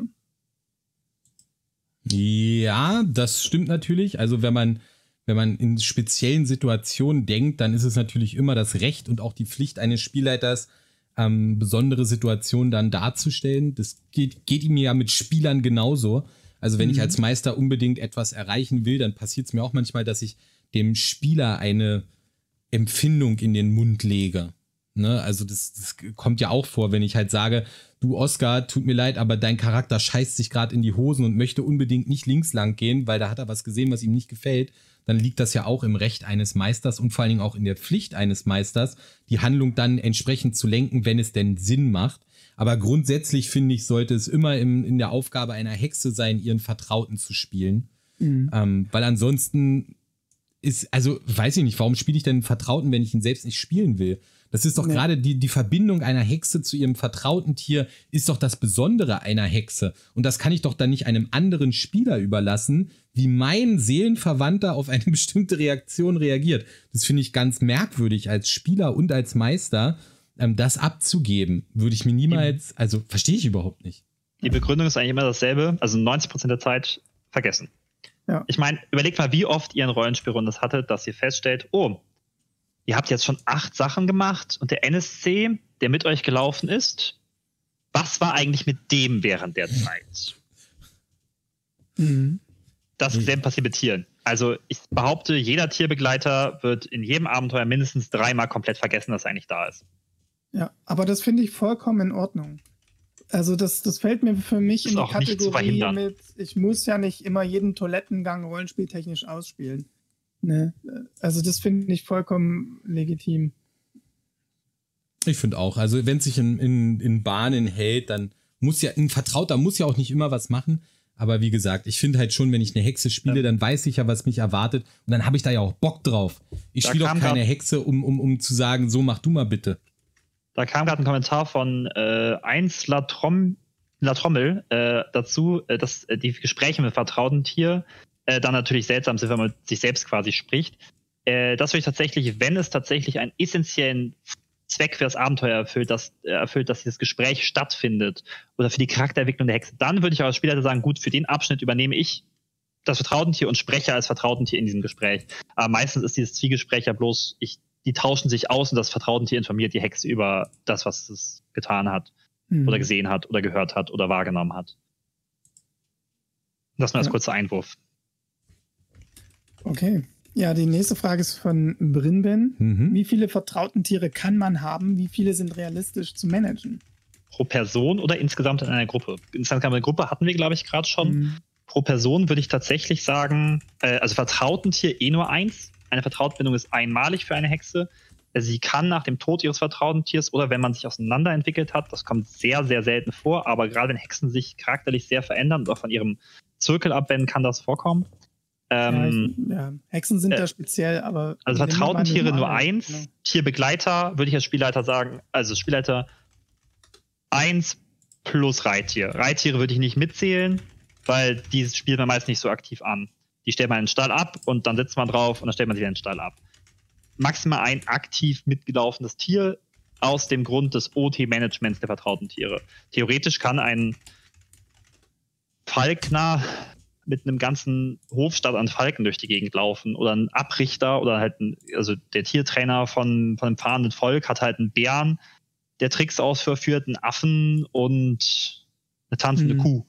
Ja, das stimmt natürlich. Also wenn man in speziellen Situationen denkt, dann ist es natürlich immer das Recht und auch die Pflicht eines Spielleiters, besondere Situationen dann darzustellen. Das geht ihm ja mit Spielern genauso. Also wenn ich als Meister unbedingt etwas erreichen will, dann passiert es mir auch manchmal, dass ich dem Spieler eine Empfindung in den Mund lege. Ne? Also das kommt ja auch vor, wenn ich halt sage, du Oscar, tut mir leid, aber dein Charakter scheißt sich gerade in die Hosen und möchte unbedingt nicht links lang gehen, weil da hat er was gesehen, was ihm nicht gefällt, dann liegt das ja auch im Recht eines Meisters und vor allen Dingen auch in der Pflicht eines Meisters, die Handlung dann entsprechend zu lenken, wenn es denn Sinn macht. Aber grundsätzlich, finde ich, sollte es immer in der Aufgabe einer Hexe sein, ihren Vertrauten zu spielen. Weil ansonsten weiß ich nicht, warum spiele ich denn einen Vertrauten, wenn ich ihn selbst nicht spielen will? Das ist doch gerade die Verbindung einer Hexe zu ihrem vertrauten Tier ist doch das Besondere einer Hexe. Und das kann ich doch dann nicht einem anderen Spieler überlassen, wie mein Seelenverwandter auf eine bestimmte Reaktion reagiert. Das finde ich ganz merkwürdig als Spieler und als Meister, das abzugeben. Würde ich mir niemals, also verstehe ich überhaupt nicht.
Die Begründung ist eigentlich immer dasselbe, also 90% der Zeit vergessen. Ja. Ich meine, überlegt mal, wie oft ihr in Rollenspielrunden hattet, dass ihr feststellt, oh, ihr habt jetzt schon 8 Sachen gemacht und der NSC, der mit euch gelaufen ist, was war eigentlich mit dem während der Zeit? Das ist selben passiert mit Tieren. Also ich behaupte, jeder Tierbegleiter wird in jedem Abenteuer mindestens 3-mal komplett vergessen, dass er eigentlich da ist.
Ja, aber das finde ich vollkommen in Ordnung. Also das fällt mir für mich in die Kategorie mit, ich muss ja nicht immer jeden Toilettengang rollenspieltechnisch ausspielen. Ne? Also das finde ich vollkommen legitim.
Ich finde auch. Also wenn es sich in Bahnen hält, dann muss ja ein Vertrauter muss ja auch nicht immer was machen. Aber wie gesagt, ich finde halt schon, wenn ich eine Hexe spiele, dann weiß ich ja, was mich erwartet. Und dann habe ich da ja auch Bock drauf. Ich spiele auch keine Hexe, um zu sagen, so mach du mal bitte.
Da kam gerade ein Kommentar von 1 La Trommel dazu, dass die Gespräche mit vertrauten Tier dann natürlich seltsam sind, wenn man mit sich selbst quasi spricht. Das würde ich tatsächlich, wenn es tatsächlich einen essentiellen Zweck für das Abenteuer erfüllt, dass dieses Gespräch stattfindet oder für die Charakterentwicklung der Hexe, dann würde ich als Spieler sagen, gut, für den Abschnitt übernehme ich das Vertrautentier und spreche als Vertrautentier in diesem Gespräch. Aber meistens ist dieses Zwiegespräch ja bloß, die tauschen sich aus und das Vertrautentier informiert die Hexe über das, was es getan hat oder gesehen hat oder gehört hat oder wahrgenommen hat. Das nur als kurzer Einwurf.
Okay. Ja, die nächste Frage ist von Brinben. Wie viele Vertrautentiere kann man haben? Wie viele sind realistisch zu managen?
Pro Person oder insgesamt in einer Gruppe? Insgesamt in einer Gruppe hatten wir, glaube ich, gerade schon. Pro Person würde ich tatsächlich sagen, also Vertrautentier nur 1. Eine Vertrautenbindung ist einmalig für eine Hexe. Sie kann nach dem Tod ihres Vertrautentiers oder wenn man sich auseinanderentwickelt hat, das kommt sehr, sehr selten vor, aber gerade wenn Hexen sich charakterlich sehr verändern und auch von ihrem Zirkel abwenden, kann das vorkommen.
Hexen sind da speziell, aber...
Also Vertrautentiere nur 1, Tierbegleiter würde ich als Spielleiter sagen, also Spielleiter 1 plus Reittier. Reittiere würde ich nicht mitzählen, weil die spielt man meist nicht so aktiv an. Die stellt man in den Stall ab und dann sitzt man drauf und dann stellt man sie wieder in den Stall ab. Maximal ein aktiv mitgelaufenes Tier aus dem Grund des OT-Managements der vertrauten Tiere. Theoretisch kann ein Falkner mit einem ganzen Hofstaat an Falken durch die Gegend laufen oder ein Abrichter oder halt also der Tiertrainer von einem fahrenden Volk hat halt einen Bären, der Tricks ausführt, einen Affen und eine tanzende Kuh.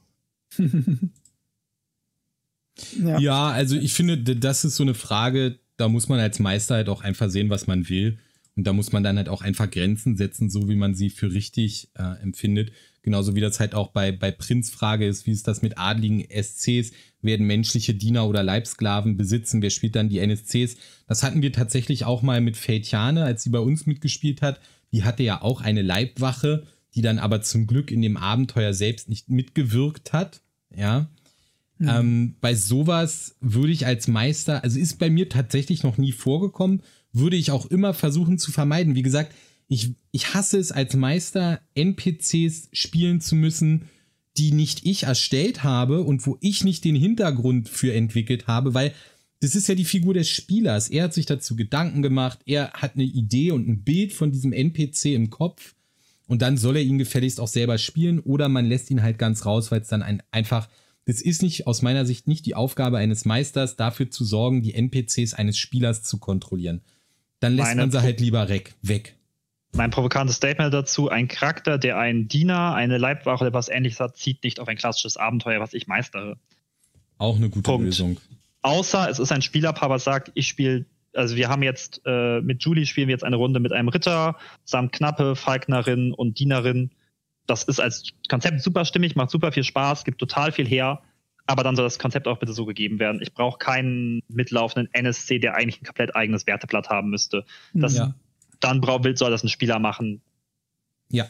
Ja, also ich finde, das ist so eine Frage, da muss man als Meister halt auch einfach sehen, was man will. Und da muss man dann halt auch einfach Grenzen setzen, so wie man sie für richtig empfindet. Genauso wie das halt auch bei Prinzfrage ist, wie ist das mit adligen SCs? Werden menschliche Diener oder Leibsklaven besitzen? Wer spielt dann die NSCs? Das hatten wir tatsächlich auch mal mit Feitiane, als sie bei uns mitgespielt hat. Die hatte ja auch eine Leibwache, die dann aber zum Glück in dem Abenteuer selbst nicht mitgewirkt hat. Ja. Bei sowas würde ich als Meister, also ist bei mir tatsächlich noch nie vorgekommen, würde ich auch immer versuchen zu vermeiden. Wie gesagt, ich hasse es als Meister, NPCs spielen zu müssen, die nicht ich erstellt habe und wo ich nicht den Hintergrund für entwickelt habe, weil das ist ja die Figur des Spielers. Er hat sich dazu Gedanken gemacht, er hat eine Idee und ein Bild von diesem NPC im Kopf und dann soll er ihn gefälligst auch selber spielen oder man lässt ihn halt ganz raus, weil es dann einfach, das ist nicht aus meiner Sicht nicht die Aufgabe eines Meisters, dafür zu sorgen, die NPCs eines Spielers zu kontrollieren. Dann lässt man sie halt lieber weg.
Mein provokantes Statement dazu, ein Charakter, der einen Diener, eine Leibwache oder was ähnliches hat, zieht nicht auf ein klassisches Abenteuer, was ich meistere.
Auch eine gute Lösung.
Außer es ist ein Spielerpaar, was sagt, also wir haben jetzt, mit Julie spielen wir jetzt eine Runde mit einem Ritter, samt Knappe, Falknerin und Dienerin. Das ist als Konzept super stimmig, macht super viel Spaß, gibt total viel her. Aber dann soll das Konzept auch bitte so gegeben werden. Ich brauche keinen mitlaufenden NSC, der eigentlich ein komplett eigenes Werteblatt haben müsste. Dann soll das ein Spieler machen.
Ja.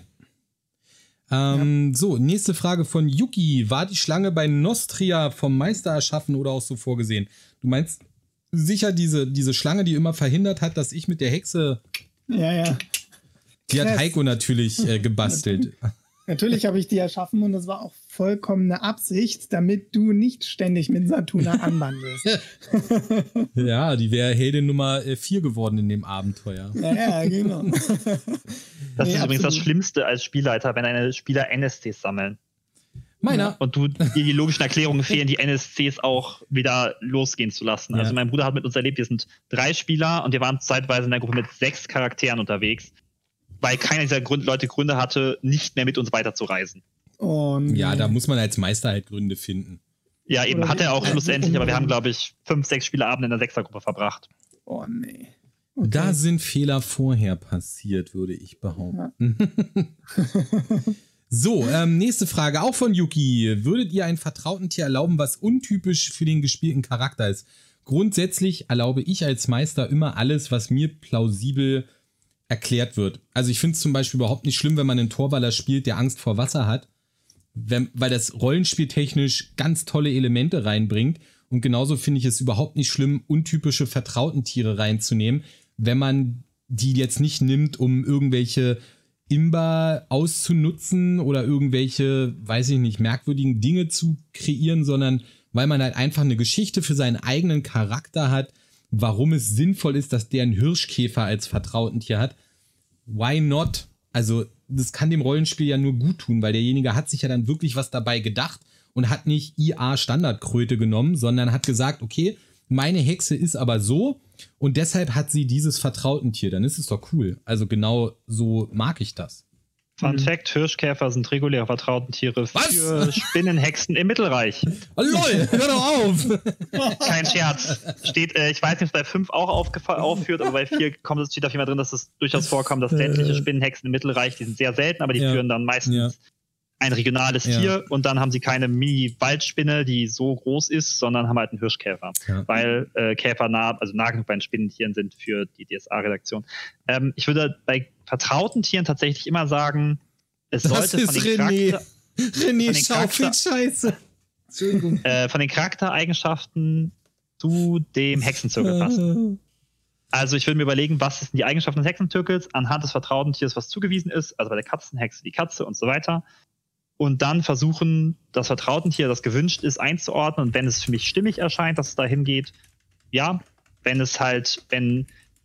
So, nächste Frage von Yuki. War die Schlange bei Nostria vom Meister erschaffen oder auch so vorgesehen? Du meinst sicher diese Schlange, die immer verhindert hat, dass ich mit der Hexe...
Ja.
Die hat Heiko natürlich gebastelt.
Natürlich habe ich die erschaffen und das war auch vollkommene Absicht, damit du nicht ständig mit Satuna anwandelst.
Ja, die wäre Heldin Nummer 4 geworden in dem Abenteuer.
Ja, genau.
Das ist übrigens das Schlimmste als Spielleiter, wenn eine Spieler NSCs sammeln.
Meiner.
Und dir die logischen Erklärungen fehlen, die NSCs auch wieder losgehen zu lassen. Ja. Also mein Bruder hat mit uns erlebt, wir sind 3 Spieler und wir waren zeitweise in einer Gruppe mit 6 Charakteren unterwegs, weil keiner dieser Leute Gründe hatte, nicht mehr mit uns weiterzureisen.
Oh, nee.
Ja, da muss man als Meister halt Gründe finden.
Ja, eben, oder hat er auch schlussendlich, aber wir haben, glaube ich, 5, 6 Spieleabende in der 6er-Gruppe verbracht.
Oh, nee. Okay.
Da sind Fehler vorher passiert, würde ich behaupten. Ja. So, nächste Frage, auch von Yuki. Würdet ihr ein vertrauten Tier erlauben, was untypisch für den gespielten Charakter ist? Grundsätzlich erlaube ich als Meister immer alles, was mir plausibel erklärt wird. Also ich finde es zum Beispiel überhaupt nicht schlimm, wenn man einen Torwaller spielt, der Angst vor Wasser hat, weil das rollenspieltechnisch ganz tolle Elemente reinbringt. Und genauso finde ich es überhaupt nicht schlimm, untypische vertrauten Tiere reinzunehmen, wenn man die jetzt nicht nimmt, um irgendwelche Imba auszunutzen oder irgendwelche, weiß ich nicht, merkwürdigen Dinge zu kreieren, sondern weil man halt einfach eine Geschichte für seinen eigenen Charakter hat, warum es sinnvoll ist, dass der einen Hirschkäfer als vertrauten Tier hat. Why not? Also das kann dem Rollenspiel ja nur gut tun, weil derjenige hat sich ja dann wirklich was dabei gedacht und hat nicht IA-Standardkröte genommen, sondern hat gesagt, okay, meine Hexe ist aber so und deshalb hat sie dieses Vertrautentier. Dann ist es doch cool. Also genau so mag ich das.
Fun Fact, Hirschkäfer sind reguläre Vertrautentiere für Spinnenhexen im Mittelreich.
Oh, lol, hör doch auf!
Kein Scherz. Steht, ich weiß nicht, ob es bei 5 auch aufführt, aber bei 4 steht auf jeden Fall drin, dass es durchaus vorkommt, dass sämtliche Spinnenhexen im Mittelreich, die sind sehr selten, aber die führen dann meistens ein regionales Tier und dann haben sie keine Mini-Waldspinne, die so groß ist, sondern haben halt einen Hirschkäfer. Ja. Weil Käfer nah genug bei den Spinnentieren sind für die DSA-Redaktion. Ich würde bei vertrauten Tieren tatsächlich immer sagen, es sollte von den
René schaufelt Scheiße.
Von den Charaktereigenschaften zu dem Hexenzirkel passen. Also ich würde mir überlegen, was ist denn die Eigenschaften des Hexenzirkels anhand des vertrauten Tiers, was zugewiesen ist, also bei der Katzenhexe die Katze und so weiter. Und dann versuchen, das Vertrautentier, das gewünscht ist, einzuordnen. Und wenn es für mich stimmig erscheint, dass es dahin geht, ja. Wenn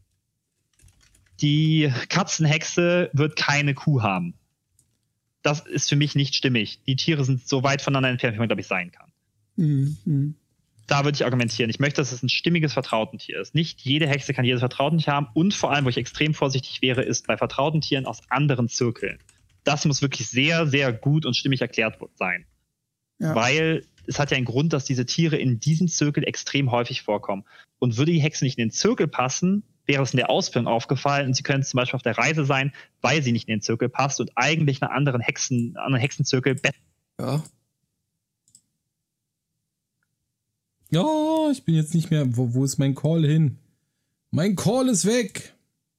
die Katzenhexe wird keine Kuh haben. Das ist für mich nicht stimmig. Die Tiere sind so weit voneinander entfernt, wie man, glaube ich, sein kann.
Mhm.
Da würde ich argumentieren. Ich möchte, dass es ein stimmiges Vertrautentier ist. Nicht jede Hexe kann jedes Vertrautentier haben. Und vor allem, wo ich extrem vorsichtig wäre, ist bei Vertrautentieren aus anderen Zirkeln. Das muss wirklich sehr, sehr gut und stimmig erklärt sein. Ja. Weil es hat ja einen Grund, dass diese Tiere in diesem Zirkel extrem häufig vorkommen. Und würde die Hexe nicht in den Zirkel passen, wäre es in der Ausbildung aufgefallen und sie können zum Beispiel auf der Reise sein, weil sie nicht in den Zirkel passt und eigentlich einen anderen Hexenzirkel besser.
Ja. Ja, ich bin jetzt nicht mehr. Wo ist mein Call hin? Mein Call ist weg.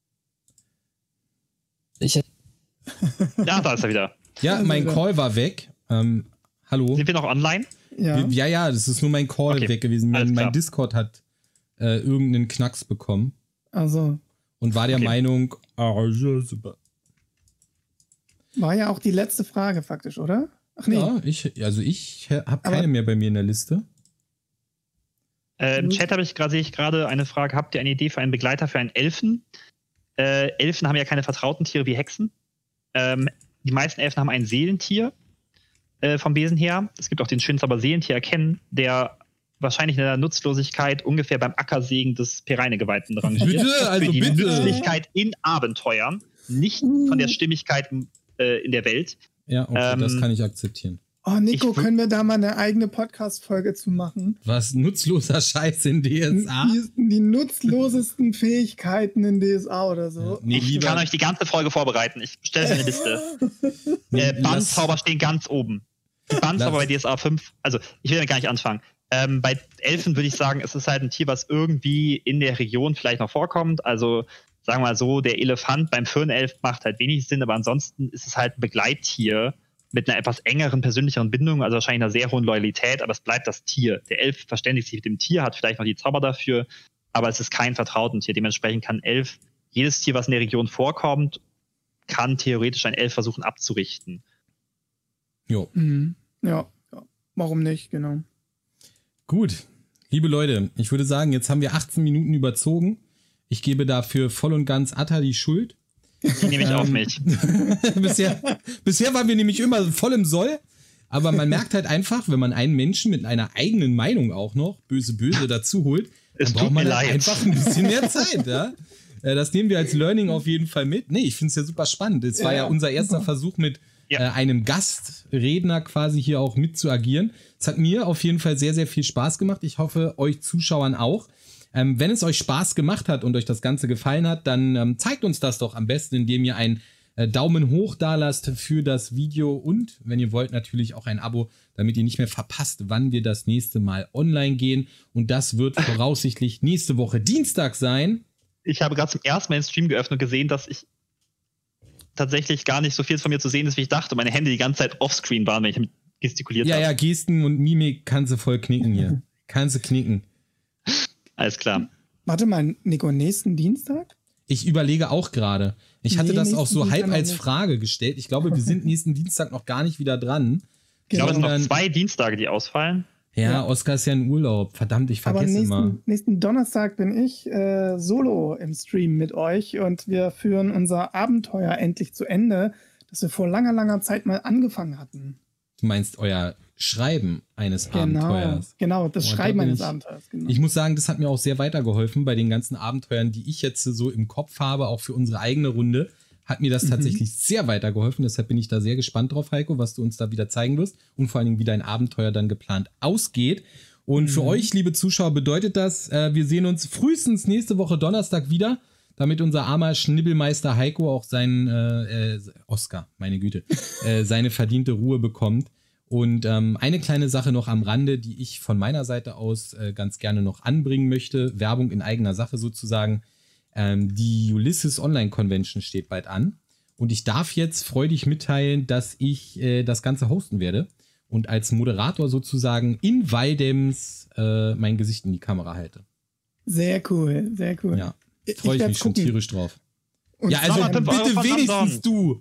Ja, da ist er wieder.
Ja, mein Call war weg. Hallo.
Sind wir noch online?
Ja, das ist nur mein Call weg gewesen. Mein Discord hat irgendeinen Knacks bekommen.
Also.
Und war der Meinung, super.
War ja auch die letzte Frage faktisch, oder?
Ach nee. Ja, ich habe keine mehr bei mir in der Liste.
Im Chat sehe ich gerade eine Frage. Habt ihr eine Idee für einen Begleiter für einen Elfen? Elfen haben ja keine vertrauten Tiere wie Hexen. Die meisten Elfen haben ein Seelentier vom Wesen her. Es gibt auch den schönen Zauber-Seelentier erkennen, der wahrscheinlich in der Nutzlosigkeit ungefähr beim Ackersägen des Pereine-Geweihten rangiert.
Bitte.
Für die Nützlichkeit in Abenteuern, nicht von der Stimmigkeit in der Welt.
Ja, okay, das kann ich akzeptieren.
Oh, Nico, können wir da mal eine eigene Podcast-Folge zu machen?
Was? Nutzloser Scheiß in DSA?
Die nutzlosesten Fähigkeiten in DSA oder so.
Ja, ich kann euch die ganze Folge vorbereiten. Ich stelle eine Liste. Bandzauber stehen ganz oben. Die Bandzauber bei DSA 5, also ich will ja gar nicht anfangen. Bei Elfen würde ich sagen, es ist halt ein Tier, was irgendwie in der Region vielleicht noch vorkommt. Also sagen wir mal so, der Elefant beim Firnelf macht halt wenig Sinn, aber ansonsten ist es halt ein Begleittier mit einer etwas engeren, persönlicheren Bindung, also wahrscheinlich einer sehr hohen Loyalität, aber es bleibt das Tier. Der Elf verständigt sich mit dem Tier, hat vielleicht noch die Zauber dafür, aber es ist kein Vertrautentier. Dementsprechend kann Elf, jedes Tier, was in der Region vorkommt, kann theoretisch ein Elf versuchen abzurichten.
Jo.
Mhm. Ja, warum nicht, genau.
Gut, liebe Leute, ich würde sagen, jetzt haben wir 18 Minuten überzogen. Ich gebe dafür voll und ganz Atta die Schuld.
Die nehme ich auf mich.
Bisher waren wir nämlich immer voll im Soll, aber man merkt halt einfach, wenn man einen Menschen mit einer eigenen Meinung auch noch, böse dazu holt, dann braucht man halt einfach ein bisschen mehr Zeit. Ja? Das nehmen wir als Learning auf jeden Fall mit. Nee, ich finde es ja super spannend. Es war ja unser erster Versuch mit einem Gastredner quasi hier auch mit zu agieren. Es hat mir auf jeden Fall sehr, sehr viel Spaß gemacht. Ich hoffe, euch Zuschauern auch. Wenn es euch Spaß gemacht hat und euch das Ganze gefallen hat, dann zeigt uns das doch am besten, indem ihr einen Daumen hoch da lasst für das Video und, wenn ihr wollt, natürlich auch ein Abo, damit ihr nicht mehr verpasst, wann wir das nächste Mal online gehen. Und das wird voraussichtlich nächste Woche Dienstag sein.
Ich habe gerade zum ersten Mal den Stream geöffnet und gesehen, dass ich tatsächlich gar nicht so viel von mir zu sehen ist, wie ich dachte. Meine Hände die ganze Zeit offscreen waren, wenn ich gestikuliert habe.
Ja, Gesten und Mimik kannst du voll knicken hier. Kannst du knicken.
Alles klar.
Warte mal, Nico, nächsten Dienstag?
Ich überlege auch gerade. Ich hatte das auch so halb als Frage gestellt. Ich glaube, wir sind nächsten Dienstag noch gar nicht wieder dran.
Ich glaube, es sind noch 2 Dienstage, die ausfallen.
Ja, Oskar ist ja in Urlaub. Verdammt, ich vergesse immer.
Nächsten Donnerstag bin ich solo im Stream mit euch und wir führen unser Abenteuer endlich zu Ende, das wir vor langer, langer Zeit mal angefangen hatten.
Du meinst euer Schreiben eines Abenteuers.
Genau, das Schreiben eines Abenteuers. Genau.
Ich muss sagen, das hat mir auch sehr weitergeholfen bei den ganzen Abenteuern, die ich jetzt so im Kopf habe, auch für unsere eigene Runde. Hat mir das tatsächlich sehr weitergeholfen. Deshalb bin ich da sehr gespannt drauf, Heiko, was du uns da wieder zeigen wirst und vor allen Dingen, wie dein Abenteuer dann geplant ausgeht. Und für euch, liebe Zuschauer, bedeutet das, wir sehen uns frühestens nächste Woche Donnerstag wieder, damit unser armer Schnibbelmeister Heiko auch seinen Oscar, meine Güte, seine verdiente Ruhe bekommt. Und eine kleine Sache noch am Rande, die ich von meiner Seite aus ganz gerne noch anbringen möchte. Werbung in eigener Sache sozusagen. Die Ulysses Online Convention steht bald an. Und ich darf jetzt freudig mitteilen, dass ich das Ganze hosten werde. Und als Moderator sozusagen in Waldems mein Gesicht in die Kamera halte.
Sehr cool, sehr cool.
Ja. Freue ich mich schon tierisch drauf.
Und
ja, also bitte wenigstens du.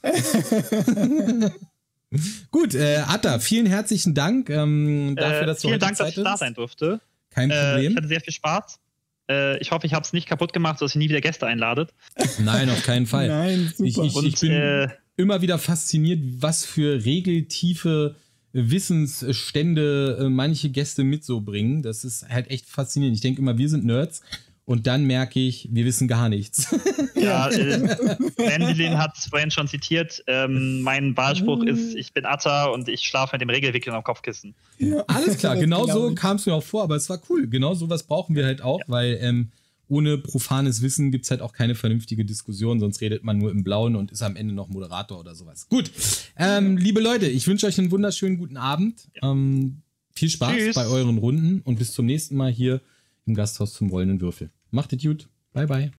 Gut, Atta, vielen herzlichen Dank dafür, dass du
vielen
heute
Dank,
Zeit
dass ich da sein durfte.
Kein Problem.
Ich hatte sehr viel Spaß. Ich hoffe, ich habe es nicht kaputt gemacht, sodass ihr nie wieder Gäste einladet.
Nein, auf keinen Fall.
Nein, super.
Ich bin immer wieder fasziniert, was für regeltiefe Wissensstände manche Gäste mit so bringen. Das ist halt echt faszinierend. Ich denke immer, wir sind Nerds. Und dann merke ich, wir wissen gar nichts.
Ja, Wendelin hat es vorhin schon zitiert. Mein Wahlspruch ist, ich bin Atta und ich schlafe mit dem Regelwickeln am Kopfkissen.
Ja.
Alles klar, genau so kam es mir auch vor, aber es war cool. Genau sowas brauchen wir halt auch, weil ohne profanes Wissen gibt es halt auch keine vernünftige Diskussion, sonst redet man nur im Blauen und ist am Ende noch Moderator oder sowas. Gut, liebe Leute, ich wünsche euch einen wunderschönen guten Abend. Viel Spaß bei euren Runden und bis zum nächsten Mal hier im Gasthaus zum Rollenden Würfel. Macht es gut. Bye, bye.